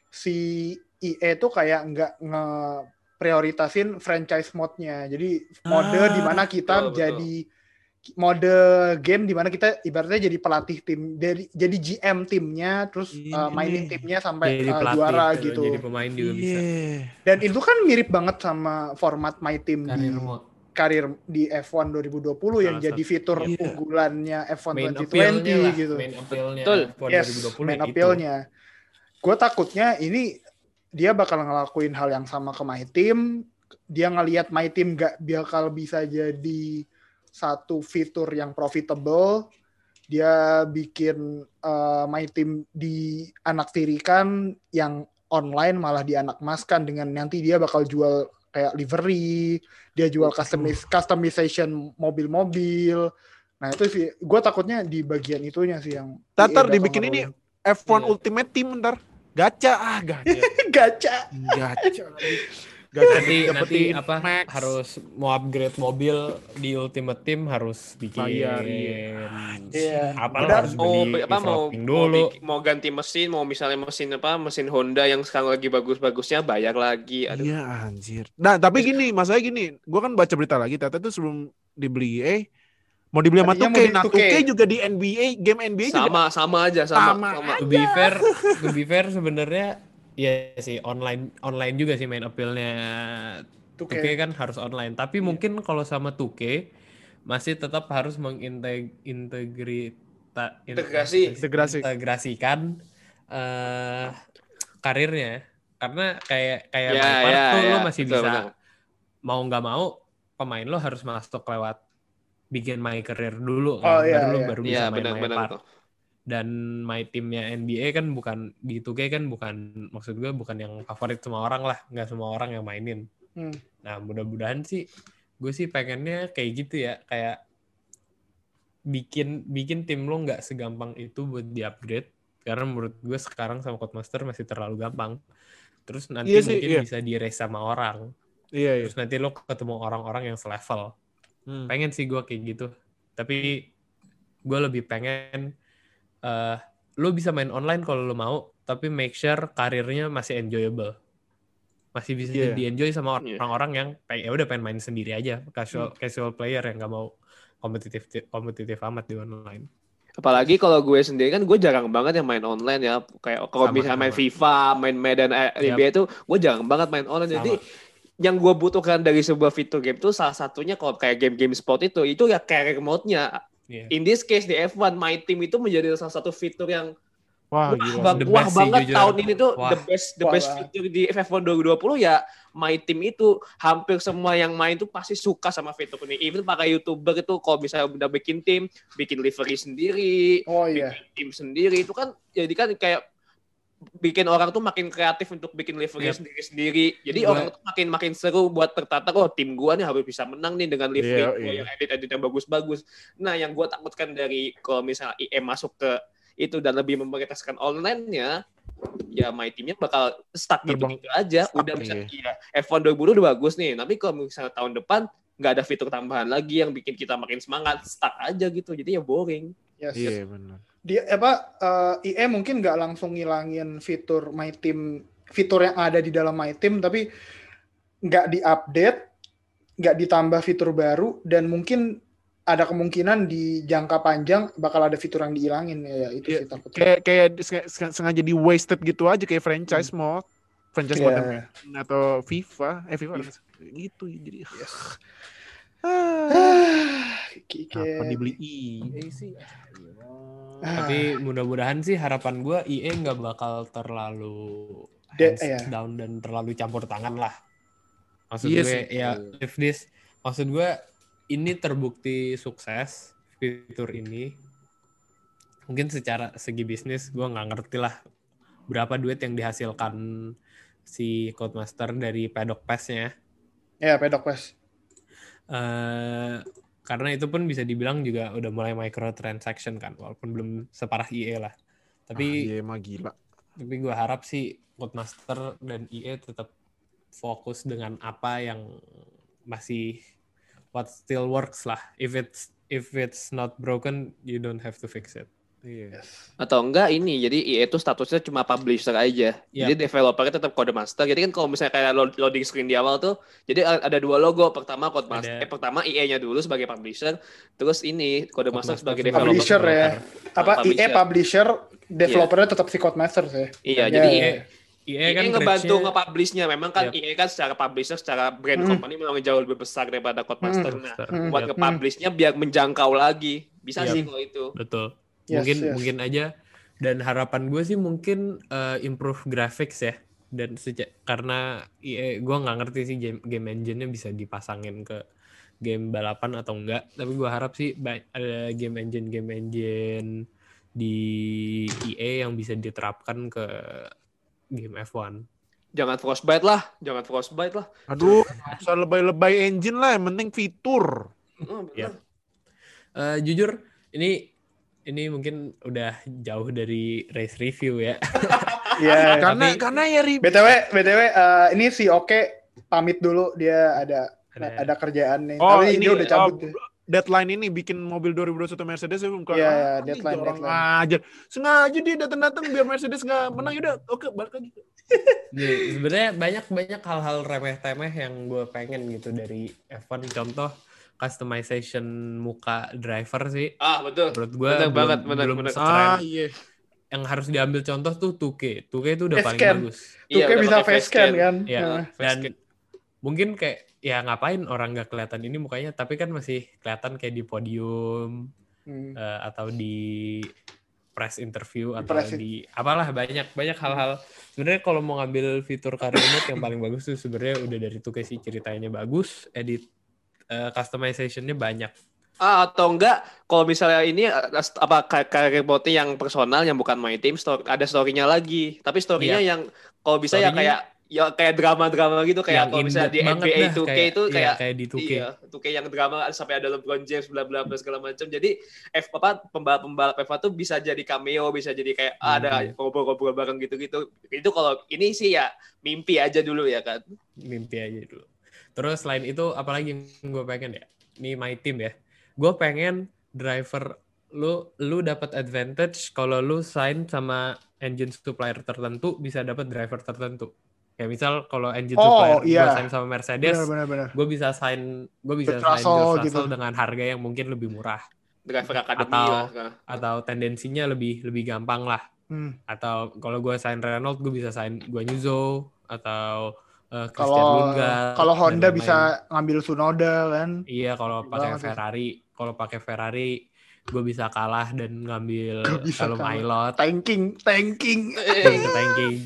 si E A tuh kayak nggak nge prioritasin franchise mode-nya. Jadi mode Ah, di mana kita betul, betul. jadi mode game di mana kita ibaratnya jadi pelatih tim, dari jadi G M timnya, terus uh, Ini. mainin timnya sampai Jadi uh, pelatih, juara gitu. gitu. Jadi pemain juga bisa. Iya. Dan itu kan mirip banget sama format My Team Karir di mode. karir di F satu dua ribu dua puluh yang Salah jadi satu. fitur Iya. unggulannya F satu Main dua ribu appeal-nya dua puluh lah, gitu. main appeal-nya Betul. F satu Yes, dua ribu dua puluh main itu. appeal-nya. Gue takutnya ini dia bakal ngelakuin hal yang sama ke My Team. Dia ngelihat My Team gak bakal bisa jadi satu fitur yang profitable. Dia bikin uh, My Team di anak tirikan yang online malah dianakmaskan dengan nanti dia bakal jual kayak livery, dia jual customiz- customization mobil-mobil. Nah itu sih, gue takutnya di bagian itunya sih yang Tatar E A bakal dibikin ini ngeruin. F satu Iya. Ultimate Team ntar. Gacha ah, gacha. Gacha. Gacha. Gacha Nanti nanti dapetin apa Max. harus mau upgrade mobil di Ultimate Team harus bikin Bayar, iya. Iya. apa Udah, harus mau beli apa mau defrosting mau, dulu. bik- mau ganti mesin mau misalnya mesin apa mesin Honda yang sekarang lagi bagus-bagusnya bayar lagi. Aduh. Iya anjir. Nah tapi gini, masalahnya gini, gue kan baca berita lagi, ternyata tuh sebelum dibeli E A, mau dibeli sama Tadinya two K, mau di nah two K. two K juga di N B A, game N B A juga. Sama sama aja sama Sama. sama. To be fair, to be fair sebenarnya ya sih online online juga sih main appeal-nya two two K. K kan harus online. Tapi mungkin kalau sama two K masih tetap harus mengintegrita Integrasi. Integrasi. integrasikan eh karirnya. Karena kayak kayak Ya, Minecraft ya, tuh lo ya. masih Betul, bisa betul. mau nggak mau pemain lo harus masuk lewat bikin my career dulu Oh, kan, iya, baru lo iya. baru bisa Iya main benar my benar part. betul. Dan my timnya N B A kan bukan di two K kan bukan maksud gue bukan yang favorit semua orang lah, nggak semua orang yang mainin. Hmm. Nah mudah-mudahan sih gue sih pengennya kayak gitu ya, kayak bikin bikin tim lo nggak segampang itu buat di upgrade, karena menurut gue sekarang sama Codemaster masih terlalu gampang. Terus nanti Iya sih, mungkin iya. bisa di-race sama orang, Iya, iya. terus nanti lo ketemu orang-orang yang selevel. Hmm. Pengen sih gue kayak gitu, tapi gue lebih pengen uh, lo bisa main online kalau lo mau, tapi make sure karirnya masih enjoyable, masih bisa Iya. di-enjoy sama Iya. orang-orang yang pengen ya udah pengen main sendiri aja, casual Hmm. casual player yang nggak mau kompetitif kompetitif amat di online. Apalagi kalau gue sendiri kan gue jarang banget yang main online ya. Kayak kalau Sama, misalnya main sama. FIFA, main Madden eh, N B A itu gue jarang banget main online. Jadi yang gue butuhkan dari sebuah fitur game itu salah satunya kalau kayak game-game sport itu itu ya career mode-nya. Iya. In this case di F satu My Team itu menjadi salah satu fitur yang Wah, wah, gila. bang- The wah best sih, banget jujur. tahun ini tuh Wah. the best the Wah, best wah. fitur di F satu dua ribu dua puluh ya My Team itu. Hampir semua yang main tuh pasti suka sama fitur ini. Even para YouTuber itu kalau misalnya udah bikin tim, bikin livery sendiri, Oh iya. bikin tim sendiri itu kan jadi kan kayak bikin orang tuh makin kreatif untuk bikin livery Yep. sendiri-sendiri. Jadi Gua- orang tuh makin makin seru buat tertata, oh tim gua nih harus bisa menang nih dengan livery Iya, gua iya. yang edit-edit yang bagus-bagus. Nah, yang gua takutkan dari kalau misalnya I M masuk ke itu dan lebih memprioritaskan online-nya, ya My Team-nya bakal stuck Terbang- gitu-gitu aja. stuck, Udah bisa iya. iya. F satu dua ribu udah bagus nih, tapi kalau misalnya tahun depan nggak ada fitur tambahan lagi yang bikin kita makin semangat, stuck aja gitu. Jadi ya boring. Yes. Iya benar. Dia apa eh, I E mungkin nggak langsung ngilangin fitur My Team, fitur yang ada di dalam My Team, tapi nggak diupdate, nggak ditambah fitur baru, dan mungkin ada kemungkinan di jangka panjang bakal ada fitur yang dihilangin ya, itu Iya, sih takutnya. Kayak kayak seng- sengaja di wasted gitu aja kayak franchise mode, franchise Iya. mode atau FIFA, eh FIFA FIFA. gitu jadi. Yes. Ah, Kike. Apa dibeli E A sih? Ah. Tapi mudah-mudahan sih harapan gue E A nggak bakal terlalu De- hands iya. down dan terlalu campur tangan lah. Maksud Iya gue sih. ya if this, maksud gue ini terbukti sukses fitur ini. Mungkin secara segi bisnis gue nggak ngerti lah berapa duit yang dihasilkan si Codemaster dari Paddock Pass-nya. Ya, Paddock Pass. Eh, karena itu pun bisa dibilang juga udah mulai microtransaction kan, walaupun belum separah E A lah. Tapi Iya mah gila. tapi gue harap sih Codemaster dan E A tetap fokus dengan apa yang masih what still works lah. If it's if it's not broken, you don't have to fix it. Iya. Atau enggak ini, jadi E A itu statusnya cuma publisher aja. Yap. Jadi developernya tetap Codemaster. Jadi kan kalau misalnya kayak load- loading screen di awal tuh, jadi ada dua logo. Pertama Codemaster, Ada. eh, pertama E A-nya dulu sebagai publisher, terus ini Codemaster Codemaster sebagai sebagai developer. Publisher ya. Apa I E Publisher. publisher, developernya tetap si Codemaster sih. Iya, Ya, jadi ya, E A, ya. E A E A kan ngebantu crutch-nya- nge-publish-nya. Memang kan Yap. E A kan secara publisher, secara brand Hmm. company memang jauh lebih besar daripada Codemaster. Hmm. Nah, Hmm. buat Yap. nge-publish-nya biar menjangkau lagi. Bisa Yap. sih kalau itu. Betul. Yes, Mungkin yes. mungkin aja, dan harapan gue sih mungkin eh, improve graphics ya, dan sejak karena E A gue nggak ngerti sih game, game engine-nya bisa dipasangin ke game balapan atau enggak, tapi gue harap sih ba- ada game engine game engine di E A yang bisa diterapkan ke game F satu. Jangan Frostbite lah, jangan Frostbite lah. Aduh, usah lebay-lebay engine lah, yang penting fitur. Oh, bener. Yap. Eh, jujur ini ini mungkin udah jauh dari race review ya. Ya, Karena Tapi- karena ya ribet. B T W, B T W eh, ini si Oke pamit dulu, dia ada Ada. ada kerjaan nih. Oh, Tapi ini, dia udah cabut. oh, deh. Deadline ini bikin mobil dua ribu dua puluh satu Mercedes ya belum kelar. Iya, Ah, iya, ini deadline, orang deadline. aja. Sengaja dia datang-datang biar Mercedes nggak menang, yaudah oke balik lagi. Nih, sebenarnya banyak banyak hal-hal remeh-temeh yang gue pengen gitu dari F satu. Contoh customization muka driver sih. Ah, betul. Menurut gue Bener belum, banget, bener, belum bener. sekeren. Ah, iya. Yang harus diambil contoh tuh two K. two K itu udah Face paling scan. bagus. Tuh Iya, kayak udah bisa pakai face scan kan. Ya, Nah. dan mungkin kayak ya ngapain orang nggak kelihatan ini mukanya, tapi kan masih kelihatan kayak di podium Hmm. eh, atau di press interview atau Press- di apalah, banyak banyak hal-hal. Sebenarnya kalau mau ngambil fitur career mode yang paling bagus tuh sebenarnya udah dari two K sih, ceritanya bagus, edit eh, customization-nya banyak. Ah, atau enggak kalau misalnya ini eh, apa karir mode yang personal yang bukan My Team, story, ada story-nya lagi. Tapi story-nya Iya. yang kalau bisa ya Story-nya kayak ya kayak drama-drama gitu, kayak yang kalau misalnya di in-depth N B A banget dah, two K kayak- itu iya, kayak kayak di two K. Iya, two K yang drama sampai ada LeBron James bla bla bla segala macam. Jadi F apa pembalap-pembalap F satu tuh bisa jadi cameo, bisa jadi kayak ah, ada Hmm. ngobrol-ngobrol bareng gitu-gitu. Itu kalau ini sih ya mimpi aja dulu ya kan. Mimpi aja dulu. Terus selain itu apalagi yang gue pengen ya, ini My Team ya, gue pengen driver lu lu dapat advantage kalau lu sign sama engine supplier tertentu, bisa dapat driver tertentu. Kayak misal kalau engine Oh, supplier gue iya. sign sama Mercedes, Benar-benar. gue bisa sign gue bisa George sign Russell George gitu. Russell dengan harga yang mungkin lebih murah, Driver akademi Atau- lah. Nah. atau tendensinya lebih lebih gampang lah. Hmm. Atau kalau gue sign Renault, gue bisa sign Guanyuzo atau uh, Christian Kalau Lundgaard kalau dan Honda lain-lain. bisa ngambil Tsunoda kan. Iya, kalau Banget pakai ya. Ferrari, kalau pakai Ferrari, gue bisa kalah dan ngambil Gak bisa Callum kalah. Aylot, Tanking, tanking. ke tanking.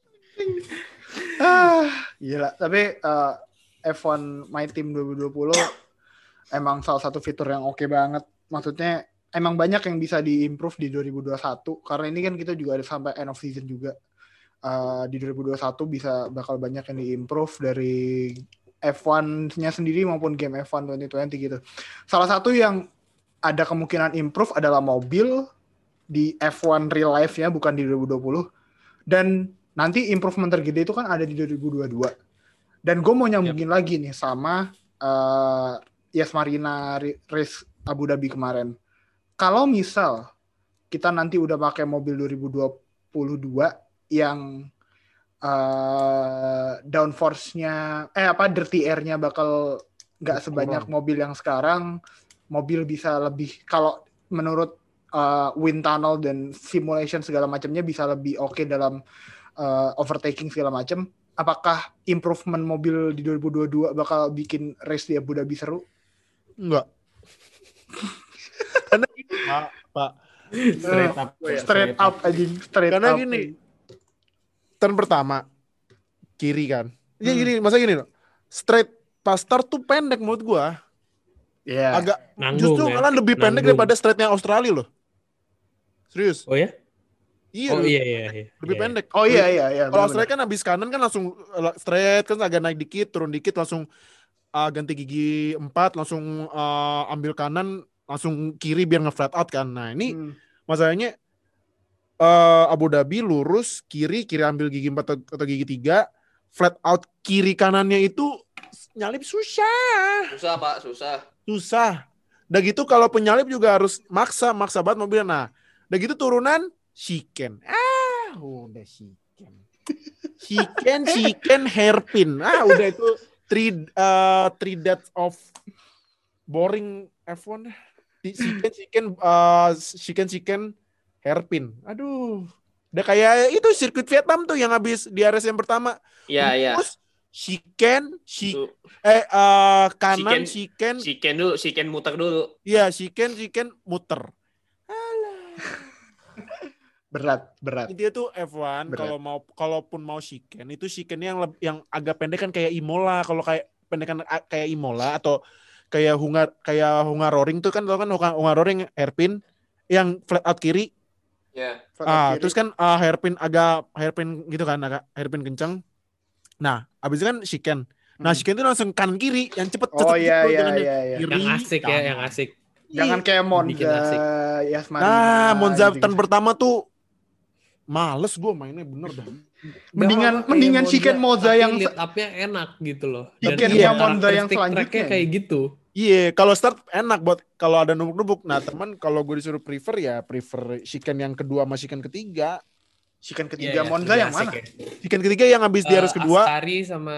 Ah, gila. Tapi eh, F satu My Team dua ribu dua puluh emang salah satu fitur yang oke banget. Maksudnya emang banyak yang bisa diimprove di dua ribu dua puluh satu karena ini kan kita juga ada sampai end of season juga. Eh, di dua ribu dua puluh satu bisa bakal banyak yang diimprove dari F satu-nya sendiri maupun game F satu dua ribu dua puluh gitu. Salah satu yang ada kemungkinan improve adalah mobil di F one real life-nya, bukan di dua ribu dua puluh. Dan nanti improvement tergede itu kan ada di dua ribu dua puluh dua. Dan gue mau nyambungin yep. lagi nih sama uh, Yas Marina race Abu Dhabi kemarin. Kalau misal kita nanti udah pakai mobil dua ribu dua puluh dua yang uh, downforce-nya, eh apa, dirty air-nya bakal nggak sebanyak mobil yang sekarang, mobil bisa lebih, kalau menurut uh, wind tunnel dan simulation segala macamnya bisa lebih oke okay dalam uh, overtaking segala macam. Apakah improvement mobil di dua ribu dua puluh dua bakal bikin race di Abu Dhabi seru? Enggak. Karena gini, Pak, Pak. Straight up. Uh, straight up aja, straight Karena up. Karena gini, turn pertama kiri kan. Ya hmm. gini, masa gini loh. Straight pas start tuh pendek menurut gua. Iya. Yeah. Agak nanggung, justru ya? malah lebih nanggung. pendek daripada straightnya Australia loh. Serius. Oh ya? Iya. Oh iya iya iya. Lebih iya. pendek. Oh iya iya iya. Kalau Australia kan habis kanan kan langsung straight, kan agak naik dikit, turun dikit, langsung uh, ganti gigi empat, langsung uh, ambil kanan, langsung kiri biar nge-flat out kan. Nah ini hmm. masalahnya uh, Abu Dhabi lurus, kiri, kiri ambil gigi empat atau, atau gigi tiga, flat out kiri kanannya itu nyalip susah. Susah Pak, susah. Susah. Udah gitu kalau penyalip juga harus maksa, maksa banget mobilnya. Nah, udah gitu turunan, chicken. Ah, udah chicken. Chicken, chicken, hairpin. Ah, udah itu three, uh, three deaths of boring F one. Chicken, chicken, uh, chicken, chicken, hairpin. Aduh. Udah kayak itu sirkuit Vietnam tuh yang habis di R S yang pertama. Iya, iya. Terus Shiken, Shiken, eh uh, kanan Shiken, Shiken dulu, Shiken muter dulu. Iya, Shiken, Shiken muter. Alah. Berat, berat. Dia tuh F one kalau mau, kalaupun mau Shiken itu Shiken yang yang agak pendek kan kayak Imola, kalau kayak pendekan kayak Imola atau kayak Hungar kayak Hungaroring tuh kan, tau kan Hungaroring hairpin yang flat out kiri. Ya. Yeah. Ah, kiri. Terus kan uh, hairpin agak hairpin gitu kan, agak hairpin kencang. Nah, abis itu kan Shiken. Nah, hmm. Shiken itu langsung kanan kiri yang cepet cepet oh, iya, gitu, iya, iya, iya. Kiri, yang asik ya, yang asik. Jangan kayak Monza, Yas Marina. Nah, Monza gitu. turn pertama tuh males gue mainnya bener dah. Mendingan Gak mendingan Shiken Monza yang lead up-nya enak gitu loh. Shiken iya, Monza yang selanjutnya kayak gitu. Iya, yeah, kalau start enak buat kalau ada numpuk-numpuk. Nah, teman kalau gue disuruh prefer ya prefer Shiken yang kedua sama Shiken ketiga. Shiken ketiga yeah, Monza yang mana? Ya. Shiken ketiga yang habis uh, di R S kedua. Askari sama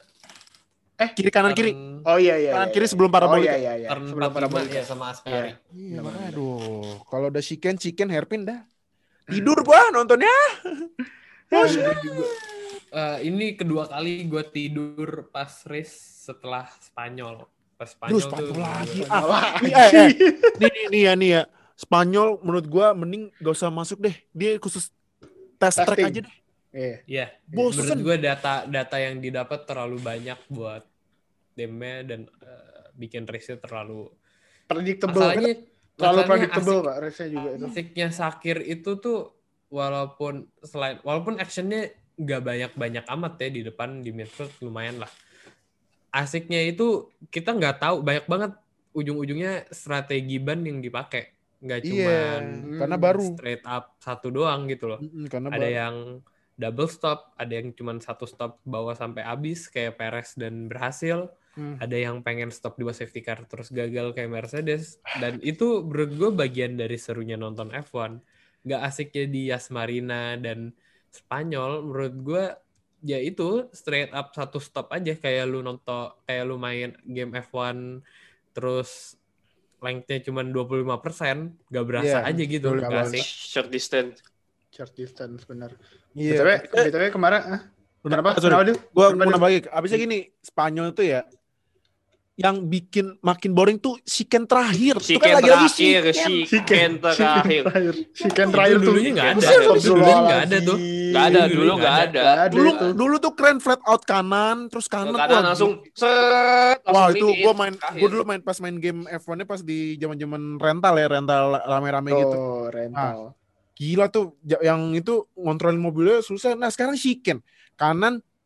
eh kiri kanan turn... kiri. Oh iya iya. Kanan iya, kiri iya. sebelum parabolik. Oh iya iya iya. Sebelum parabolik ya sama Askari. Iya, iya aduh, kalau udah Shiken Shiken hairpin dah. Tidur gua nontonnya. Oh, juga. Uh, ini kedua kali gue tidur pas race setelah Spanyol. Pas Spanyol, Duh, Spanyol tuh lagi. Ah, lagi. Eh, eh. Nih, nih, nih ya, nih ya. Spanyol menurut gua mending gak usah masuk deh. Dia khusus test track aja deh. Iya. Yeah. Bosen. Menurut gue data data yang didapat terlalu banyak buat timnya dan uh, bikin race-nya terlalu predictable. Masalahnya, terlalu masalahnya predictable asik, Pak race-nya juga itu. Asiknya Sakir itu tuh walaupun selain walaupun actionnya nggak banyak-banyak amat ya di depan di midfield lumayan lah. Asiknya itu kita nggak tahu banyak banget ujung-ujungnya strategi ban yang dipakai nggak cuma yeah, karena baru straight up satu doang gitu loh. Mm-hmm, karena ada baru. yang double stop, ada yang cuma satu stop bawa sampai habis kayak Perez dan berhasil, hmm. ada yang pengen stop dua safety car terus gagal kayak Mercedes, dan itu menurut gue bagian dari serunya nonton F one. Nggak asiknya di Yas Marina dan Spanyol menurut gue ya itu straight up satu stop aja kayak lu nonton kayak lu main game F one terus lengthnya cuma dua puluh lima persen gak berasa yeah, aja gitu gak asik. Short distance short distance benar. Iya. Yeah. Btw, btw kemarin ah kenapa? Sorry. Kenapa dia? Gua mau nambah lagi. Abisnya gini, Spanyol tuh ya yang bikin makin boring tuh Shiken terakhir. Shiken kan terakhir, Shiken. Shiken terakhir. Shiken terakhir tuh dulunya enggak ada. Dulunya enggak ada tuh. Enggak ada, dulu enggak ada. Dulu dulu tuh keren flat out kanan, terus kanan tuh langsung set. Wah, itu gua main gua dulu main pas main game F one-nya pas di zaman-zaman rental ya, rental rame-rame gitu. Oh, rental. Gila tuh yang itu ngontrolin mobilnya susah. Nah, sekarang Shiken kanan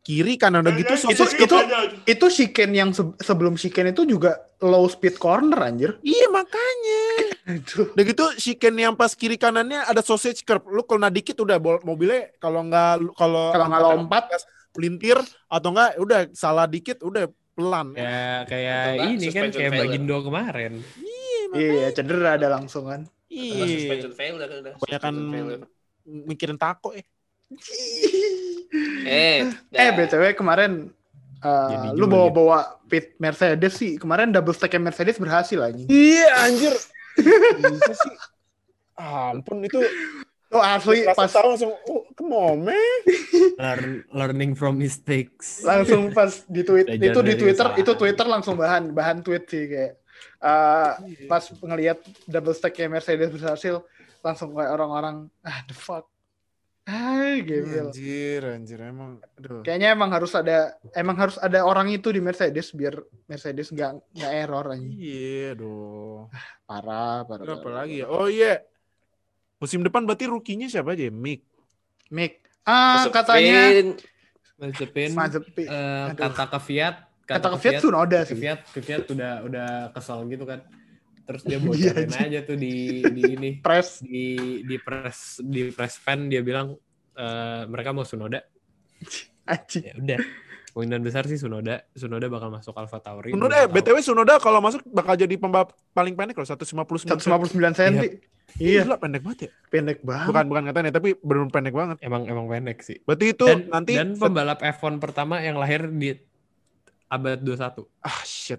kiri kanan udah gitu Itu sausage itu itu chicane yang se- sebelum chicane itu juga low speed corner anjir. Iya makanya. Itu. Udah gitu chicane yang pas kiri kanannya ada sausage curve. Lu kena dikit udah bol- mobilnya kalau nggak kalau Kalau nggak lompat pelintir atau enggak udah salah dikit udah pelan. Ya kayak Atau enggak, ini kan suspension kayak failure. Bagindo kemarin. iya cedera ada langsung kan. Atau Iya. suspension failure udah. Kebanyakan Suspension failure. mikirin tako eh. Eh, Eh B T W kemarin uh, Jadi lu juga bawa-bawa pit Mercedes sih. Kemarin double stack Mercedes berhasil anjing. Iya anjir. Bisa sih. Ampun itu Oh asli pas pas tahu langsung oh, come on man. Learn, learning from mistakes. langsung pas di tweet Belajar itu di dari Twitter kesalahan. itu Twitter langsung bahan bahan tweet sih kayak uh, pas ngelihat double stack Mercedes berhasil langsung kayak orang-orang ah the fuck. Ah, gembel. Anjir, anjir emang aduh. Kayaknya emang harus ada emang harus ada orang itu di Mercedes biar Mercedes nggak nggak error anjing. Iya dong. Parah, parah. Terus apa parah. lagi ya? Oh iya. Musim depan berarti rookie-nya siapa aja? Mick. Mick. Ah, Mazepin, katanya Mazepin, Mazepin. eh, Aduh. kata ke Fiat, Kata ke Fiat Tsunoda ke sih. Fiat, ke Fiat udah udah kesel gitu kan. Terus dia Iya, bocorin anjing. aja tuh di di ini Press. di di press di press fan dia bilang eh, mereka mau Tsunoda. Anjing. Ya udah. Kemungkinan besar sih Tsunoda, Tsunoda bakal masuk AlphaTauri. Tsunoda, eh, B T W Tsunoda kalau masuk bakal jadi pembalap paling pendek loh, seratus lima puluh sembilan. seratus lima puluh sembilan senti. Iya, Gila, pendek banget ya. pendek banget. Bukan bukan katanya, tapi benar pendek banget. Emang emang pendek sih. Berarti itu Dan, nanti dan pembalap F satu pertama yang lahir di abad dua puluh satu. ah shit.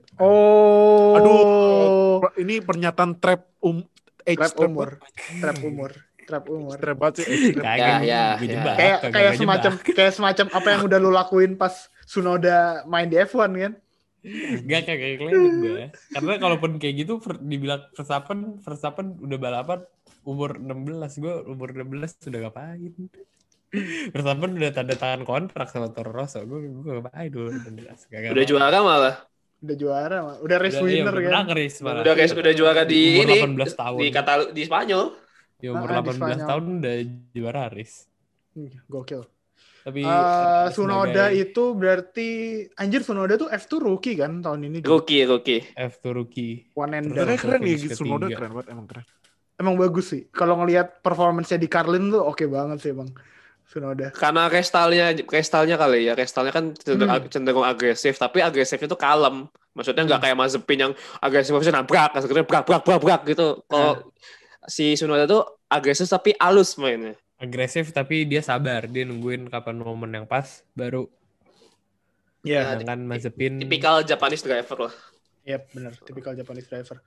Oh. Aduh. Ini pernyataan trap um age Trap trap umur. Trap umur. Trap umur. Trap banget sih. age trap. Kagak ya, gue ya. jebak, Kayak kagak kayak gue semacam jebak. kayak semacam apa yang udah lu lakuin pas Tsunoda main di F satu kan? Gak kagak kelihatan gue. Karena kalaupun kayak gitu per- dibilang Verstappen, Verstappen udah balapan umur enam belas, gue umur enam belas sudah ngapain? Verstappen udah tanda tangan kontrak sama Toro Rosso, gue gue ngapain dulu enam belas? Gak udah juara malah. Udah juara, mah. Udah race Udah, iya, winner udah kan? menang race malah. Udah kayak udah juara di Umur ini delapan belas tahun. di Katal di Spanyol. Ya, umur Ah, di delapan belas Spanyol. tahun udah juara race. Hmm, Gokil. Tapi Eh eh, Tsunoda sebagai itu berarti anjir Tsunoda tuh F dua rookie kan tahun ini. juga. Rookie, rookie. F dua rookie. One and Terus done. Keren keren nih finish Tsunoda ketiga. keren banget emang keren. Emang bagus sih. Kalau ngelihat performance-nya di Carlin tuh oke banget sih Bang. Tsunoda. Karena restalnya restalnya kali ya, restalnya kan cenderung, Hmm. cenderung agresif, tapi agresifnya itu kalem. Maksudnya nggak Hmm. kayak Mazepin yang agresif maksudnya nabrak, akhirnya brak brak brak brak gitu. Kalau si Tsunoda tuh agresif tapi halus mainnya. Agresif tapi dia sabar, dia nungguin kapan momen yang pas baru. Iya. Sedangkan Mazepin Tipikal Japanese driver lah. Iya benar, typical Japanese driver.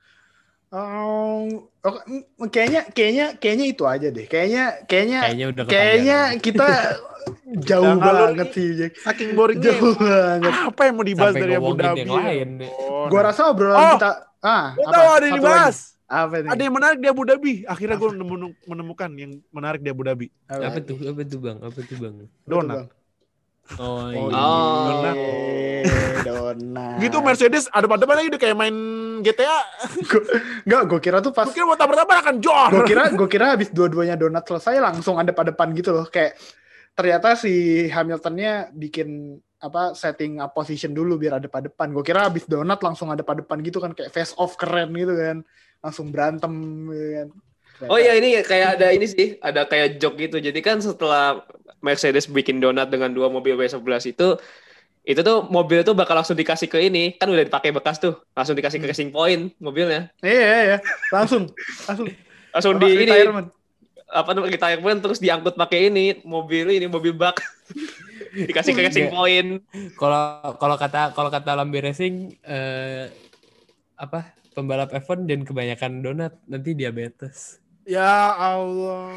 Oh, oke, mm, kayaknya kayaknya kayaknya itu aja deh. Kayaknya kayaknya kayaknya udah kayaknya ketagihan. kita jauh Jangan ngalur banget nih. sih, Jack. Saking boringnya. Jauh banget. Apa yang mau dibahas Sampai dari Abu ngomongin Dhabi? yang lain. Oh, Gua nah. rasa obrolan Oh, kita ah Gua apa? tahu ada yang Satu dibahas. lagi. Apa nih? Ada yang menarik di Abu Dhabi. Akhirnya gue menemukan yang menarik di Abu Dhabi. Apa tuh? Apa tuh Bang? Apa tuh Bang? Donat. Oh, Oh, iya. Oh. Donat. iya, donat. Gitu Mercedes ada pada lagi udah kayak main G T A. Enggak, gue kira tuh pas Gue kira mau tabrak-tabrak akan jor. gue kira gue kira habis dua-duanya donat selesai langsung ada pada depan gitu loh, kayak ternyata si Hamiltonnya bikin apa setting up position dulu biar ada pada depan. Gue kira habis donat langsung ada pada depan gitu kan, kayak face off keren gitu kan, langsung berantem gitu kan. Ternyata- Oh iya, ini kayak ada ini sih, ada kayak joke gitu. Jadi kan setelah Mercedes bikin donat dengan dua mobil W sebelas itu, itu tuh mobil tuh bakal langsung dikasih ke ini, kan udah dipakai bekas tuh, langsung dikasih ke Racing Point mobilnya. Iya iya iya, langsung langsung Langsung apa, di ini retirement. apa namanya retirement terus diangkut pakai ini mobil ini mobil bak dikasih ke Racing Iya. Point. Kalau kalau kata kalau kata Lambe Racing eh, apa pembalap F satu dan kebanyakan donat nanti diabetes. Ya Allah.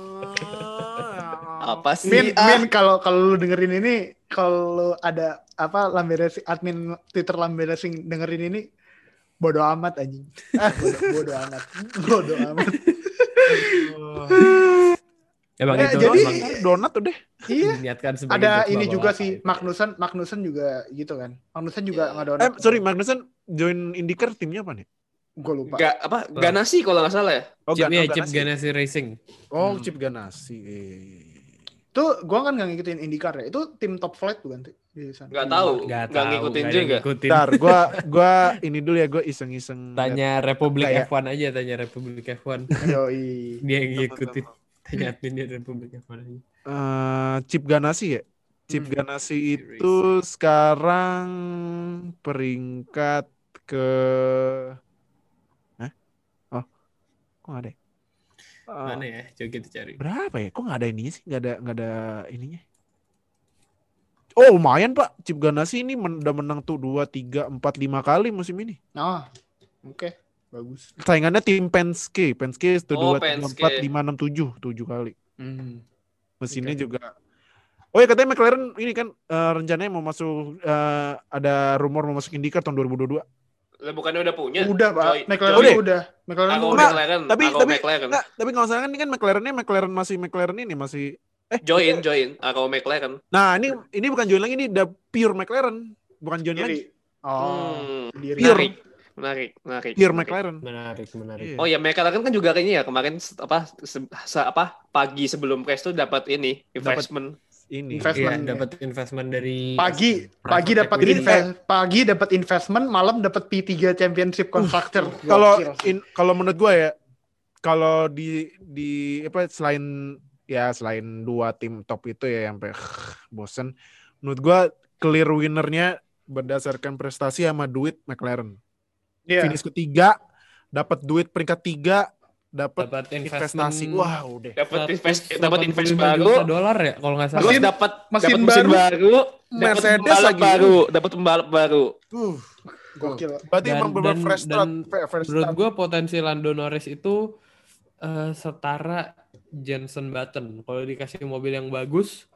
Apa sih? Min, Ah. Min kalau kalau lu dengerin ini, kalau ada apa Lambe Racing, admin Twitter Lambe Racing dengerin ini, bodo amat anjing. bodo, bodo amat. Bodo amat. Emang Eh, itu jadi- emang Donat udah. Iya. diniatkan sebagai Ada jokes ini juga bapak-bapak sih, itu. Magnussen, Magnussen juga gitu kan. Magnussen juga Iya. nggak donat. Eh sorry Magnussen join IndyCar timnya apa nih? Gue lupa. Gak apa Ganassi kalau nggak salah ya. Oh, Chip, Gan- ya, oh, Chip Ganassi. Ganassi Racing. Oh, Hmm. Chip Ganassi. Eh. Tuh gue kan nggak ngikutin IndyCar ya. Itu tim top flight bukan? Di sana. Nggak tahu, Nggak nggak tahu, ngikutin nggak ada yang juga. ngikutin. Bentar, gua gua ini dulu ya, gua iseng-iseng. Tanya Republik Kayak- F satu aja, tanya Republik F satu. Yoi. Dia yang ngikutin. Tanya adminnya Republik F satu aja. Eh, Chip Ganassi ya? Chip Hmm. Ganassi itu sekarang peringkat ke Hah? Oh, kok nggak ada ya? Eh, Mana ya? Coba kita cari. berapa ya? Kok nggak ada ininya sih? Nggak ada nggak ada ininya. Oh lumayan Pak, Chip Ganassi ini men- udah menang tuh dua, tiga, empat, lima kali musim ini. Oh, oke. Bagus. Saingannya tim Penske, Penske itu Oh, dua, tiga, Penske. empat, lima, enam, tujuh, tujuh kali. Hmm. Mesinnya Oke. juga. Oh ya katanya McLaren ini kan eh, rencananya mau masuk, eh, ada rumor mau masuk IndyCar tahun dua ribu dua puluh dua. Lah bukannya udah punya? Udah, Pak. Joy- McLaren Joy- udah. McLaren Aku udah. McLaren, Tapi aku tapi McLaren. enggak, tapi kalau salah kan ini kan McLarennya McLaren masih McLaren ini masih. Eh Join, join. Aku McLaren. Nah ini ini bukan join lagi, ini udah pure McLaren, bukan join lagi. Sendiri. Oh, Hmm, sendiri. Pure. menarik, menarik, menarik. Pure menarik. McLaren. Menarik, menarik. Iya. Oh ya, McLaren kan juga kayaknya ya kemarin se- apa se- se- apa pagi sebelum race tuh dapat ini investment. Ini. Investment. Iya, dapat investment dari Pagi, Private pagi dapat equity. invest, pagi dapat investment, malam dapat P tiga Championship Constructor. Kalau Gokil sih. in, kalau menurut gue ya, kalau di di apa selain ya selain dua tim top itu ya yang sampai bosen, menurut gue clear winnernya berdasarkan prestasi sama duit McLaren. Iya. Finish ketiga, dapat duit peringkat tiga, dapat dapat investasi. investment Wah udah. Dapat invest seratus dapat delapan invest puluh lima baru. juta dolar ya kalau nggak salah. Terus Mesin- dapat mesin dapat mesin baru. baru, dapat Mercedes pembalap lagi. baru, dapat pembalap baru. Uh, Gokil. berarti Dan- emang benar dan- fresh start. dan fresh Menurut start. gue potensi Lando Norris itu eh, setara Jenson Button. Kalau dikasih mobil yang bagus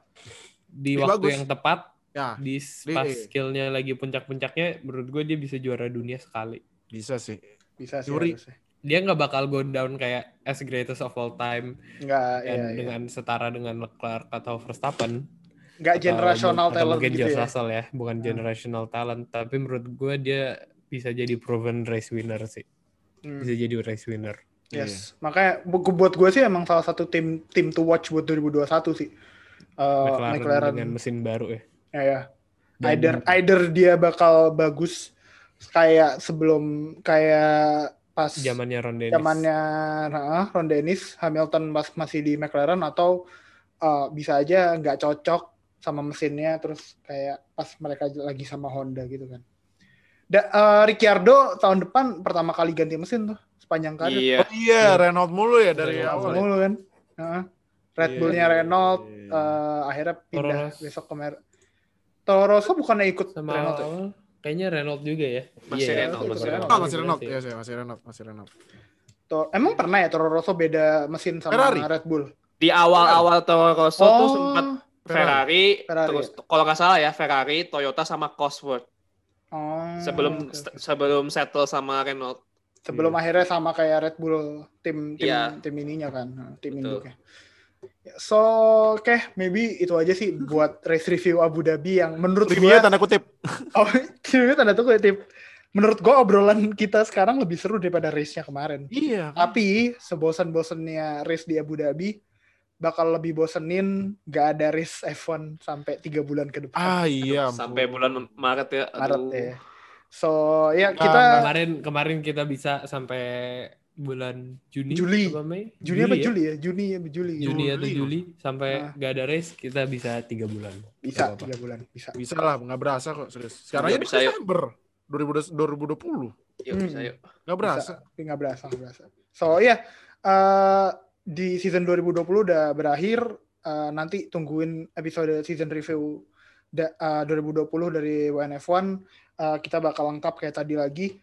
di Ini waktu bagus. yang tepat, Ya, di di- pas skillnya lagi puncak-puncaknya, menurut gue dia bisa juara dunia sekali. bisa sih. Bisa sih Yuri. harusnya. Dia nggak bakal go down kayak as greatest of all time Enggak, dan iya, iya. dengan setara dengan Leclerc atau Verstappen. Enggak Atau- generational atau talent mungkin gitu George ya. Russell ya, bukan Hmm. generational talent. Tapi menurut gue dia bisa jadi proven race winner sih. Hmm. Bisa jadi race winner. Yes. Makanya bu- buat gue sih emang salah satu tim tim to watch buat dua ribu dua puluh satu sih. Uh, McLaren, McLaren. dengan mesin baru ya. Ya, ya. Dan- Either either dia bakal bagus kayak sebelum kayak pas Zamannya Ron Dennis. zamannya nah, Ron Dennis, Hamilton pas masih di McLaren, atau uh, bisa aja nggak cocok sama mesinnya terus kayak pas mereka lagi sama Honda gitu kan. Da, uh, Ricciardo tahun depan pertama kali ganti mesin tuh sepanjang karir. Iya. Oh iya, Renault mulu ya dari Renault awal. ya? Mulu kan. Heeh. Red Iya, Bullnya iya, Renault iya. uh, akhirnya pindah Toro Rosso. besok ke Mer- Toro Rosso bukannya ikut Sama Renault ya? awal, kayaknya Renault juga ya. Masih Iya, Renault, Toro masih Rosso. Renault. Oh, masih Renault. Berarti. Iya, sih, masih Renault, masih Renault. Tor- Emang pernah ya Toro Rosso beda mesin sama Ferrari. Red Bull? Di awal-awal Toro Rosso tuh sempat Ferrari, Ferrari. terus kalau nggak salah ya Ferrari, Toyota sama Cosworth Oh, sebelum oke, oke. sebelum settle sama Renault. Sebelum Iya. akhirnya sama kayak Red Bull tim tim Iya. tim ininya kan, nah, tim Betul. induknya. Ya, so, oke, maybe itu aja sih buat race review Abu Dhabi yang menurut Reviewnya gue, tanda kutip. oh, review tanda kutip. Menurut gue obrolan kita sekarang lebih seru daripada race-nya kemarin. Iya. Tapi sebosan-bosannya race di Abu Dhabi, bakal lebih bosenin gak ada race F satu sampai tiga bulan ke depan. Ah iya. Sampai ampun. bulan Maret ya. Maret Aduh. ya. So, ya Nah, kita Kemarin kemarin kita bisa sampai bulan Juni Juli. apa Mei? Juni apa ya? Juli ya? Juni ya, Juli. Juni atau Juli. Juli sampai Ah. nggak ada race kita bisa tiga bulan. Bisa Nggak apa-apa. tiga bulan, bisa. Bisa lah, nggak berasa kok serius. Sekarang Iya, aja bisa, yuk. Desember dua ribu dua ribu dua puluh. Yuk, Hmm. bisa yuk. Nggak berasa. Bisa, tapi nggak berasa, nggak berasa. So ya, eh, di season dua ribu dua puluh udah berakhir. Eh, nanti tungguin episode season review da, eh, dua ribu dua puluh dari W N F satu. Eh, kita bakal lengkap kayak tadi lagi.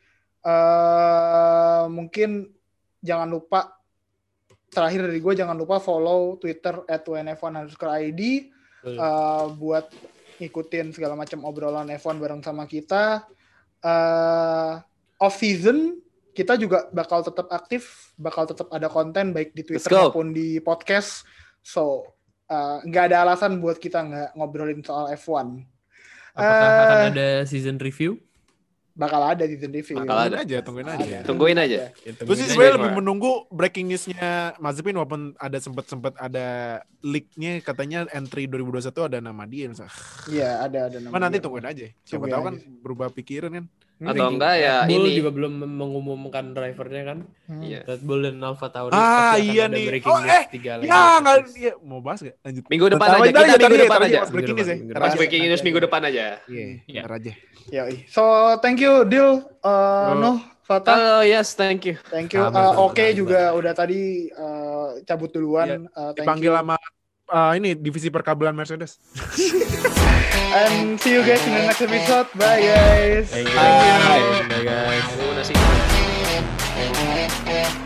Eh, mungkin jangan lupa, terakhir dari gue, jangan lupa follow Twitter at W N F satu underscore I D Betul. eh, buat ngikutin segala macam obrolan F satu bareng sama kita. Eh, off season kita juga bakal tetap aktif, bakal tetap ada konten baik di Twitter Let's go. maupun di podcast. So uh, nggak ada alasan buat kita nggak ngobrolin soal F satu. Apakah Eh, akan ada season review? bakal ada season review. Bakal Tungguin ada. aja, tungguin aja. Ada. Tungguin aja. Itu Gue sih mungkin sebenarnya aja. lebih menunggu breaking news-nya Mazepin walaupun ada sempat-sempat ada leak-nya katanya entry dua ribu dua puluh satu ada nama dia misalnya. Iya, ada ada nama. Cuma nanti dia. tungguin aja. Siapa Tungguin tahu aja kan sih. berubah pikiran kan. Atau enggak ya Red Bull ini. juga belum mengumumkan drivernya kan. Hmm. Iya. Red Bull dan Alfa Tauri Ah, pasti akan iya ada nih. breaking Oh, news eh, tiga lagi. Ya enggak iya, mau bahas enggak? Lanjut. Minggu depan Taruh aja. aja, Kita taruh minggu aja, depan taruh aja. Pas breaking news ya. Minggu Taruh Pas aja. breaking news minggu depan aja. Iya, Iya. taruh aja. Yoi. So, thank you Dil, uh, Oh. Nuh, Fatah. Oh yes, thank you. Thank you. Sama, Uh, sama, Oke sama. juga udah tadi uh, cabut duluan. Uh, thank Dipanggil you. sama uh, ini divisi perkabelan Mercedes. And see you guys in the next episode. Bye guys. Thank you. Bye. Bye guys. Mau nasi.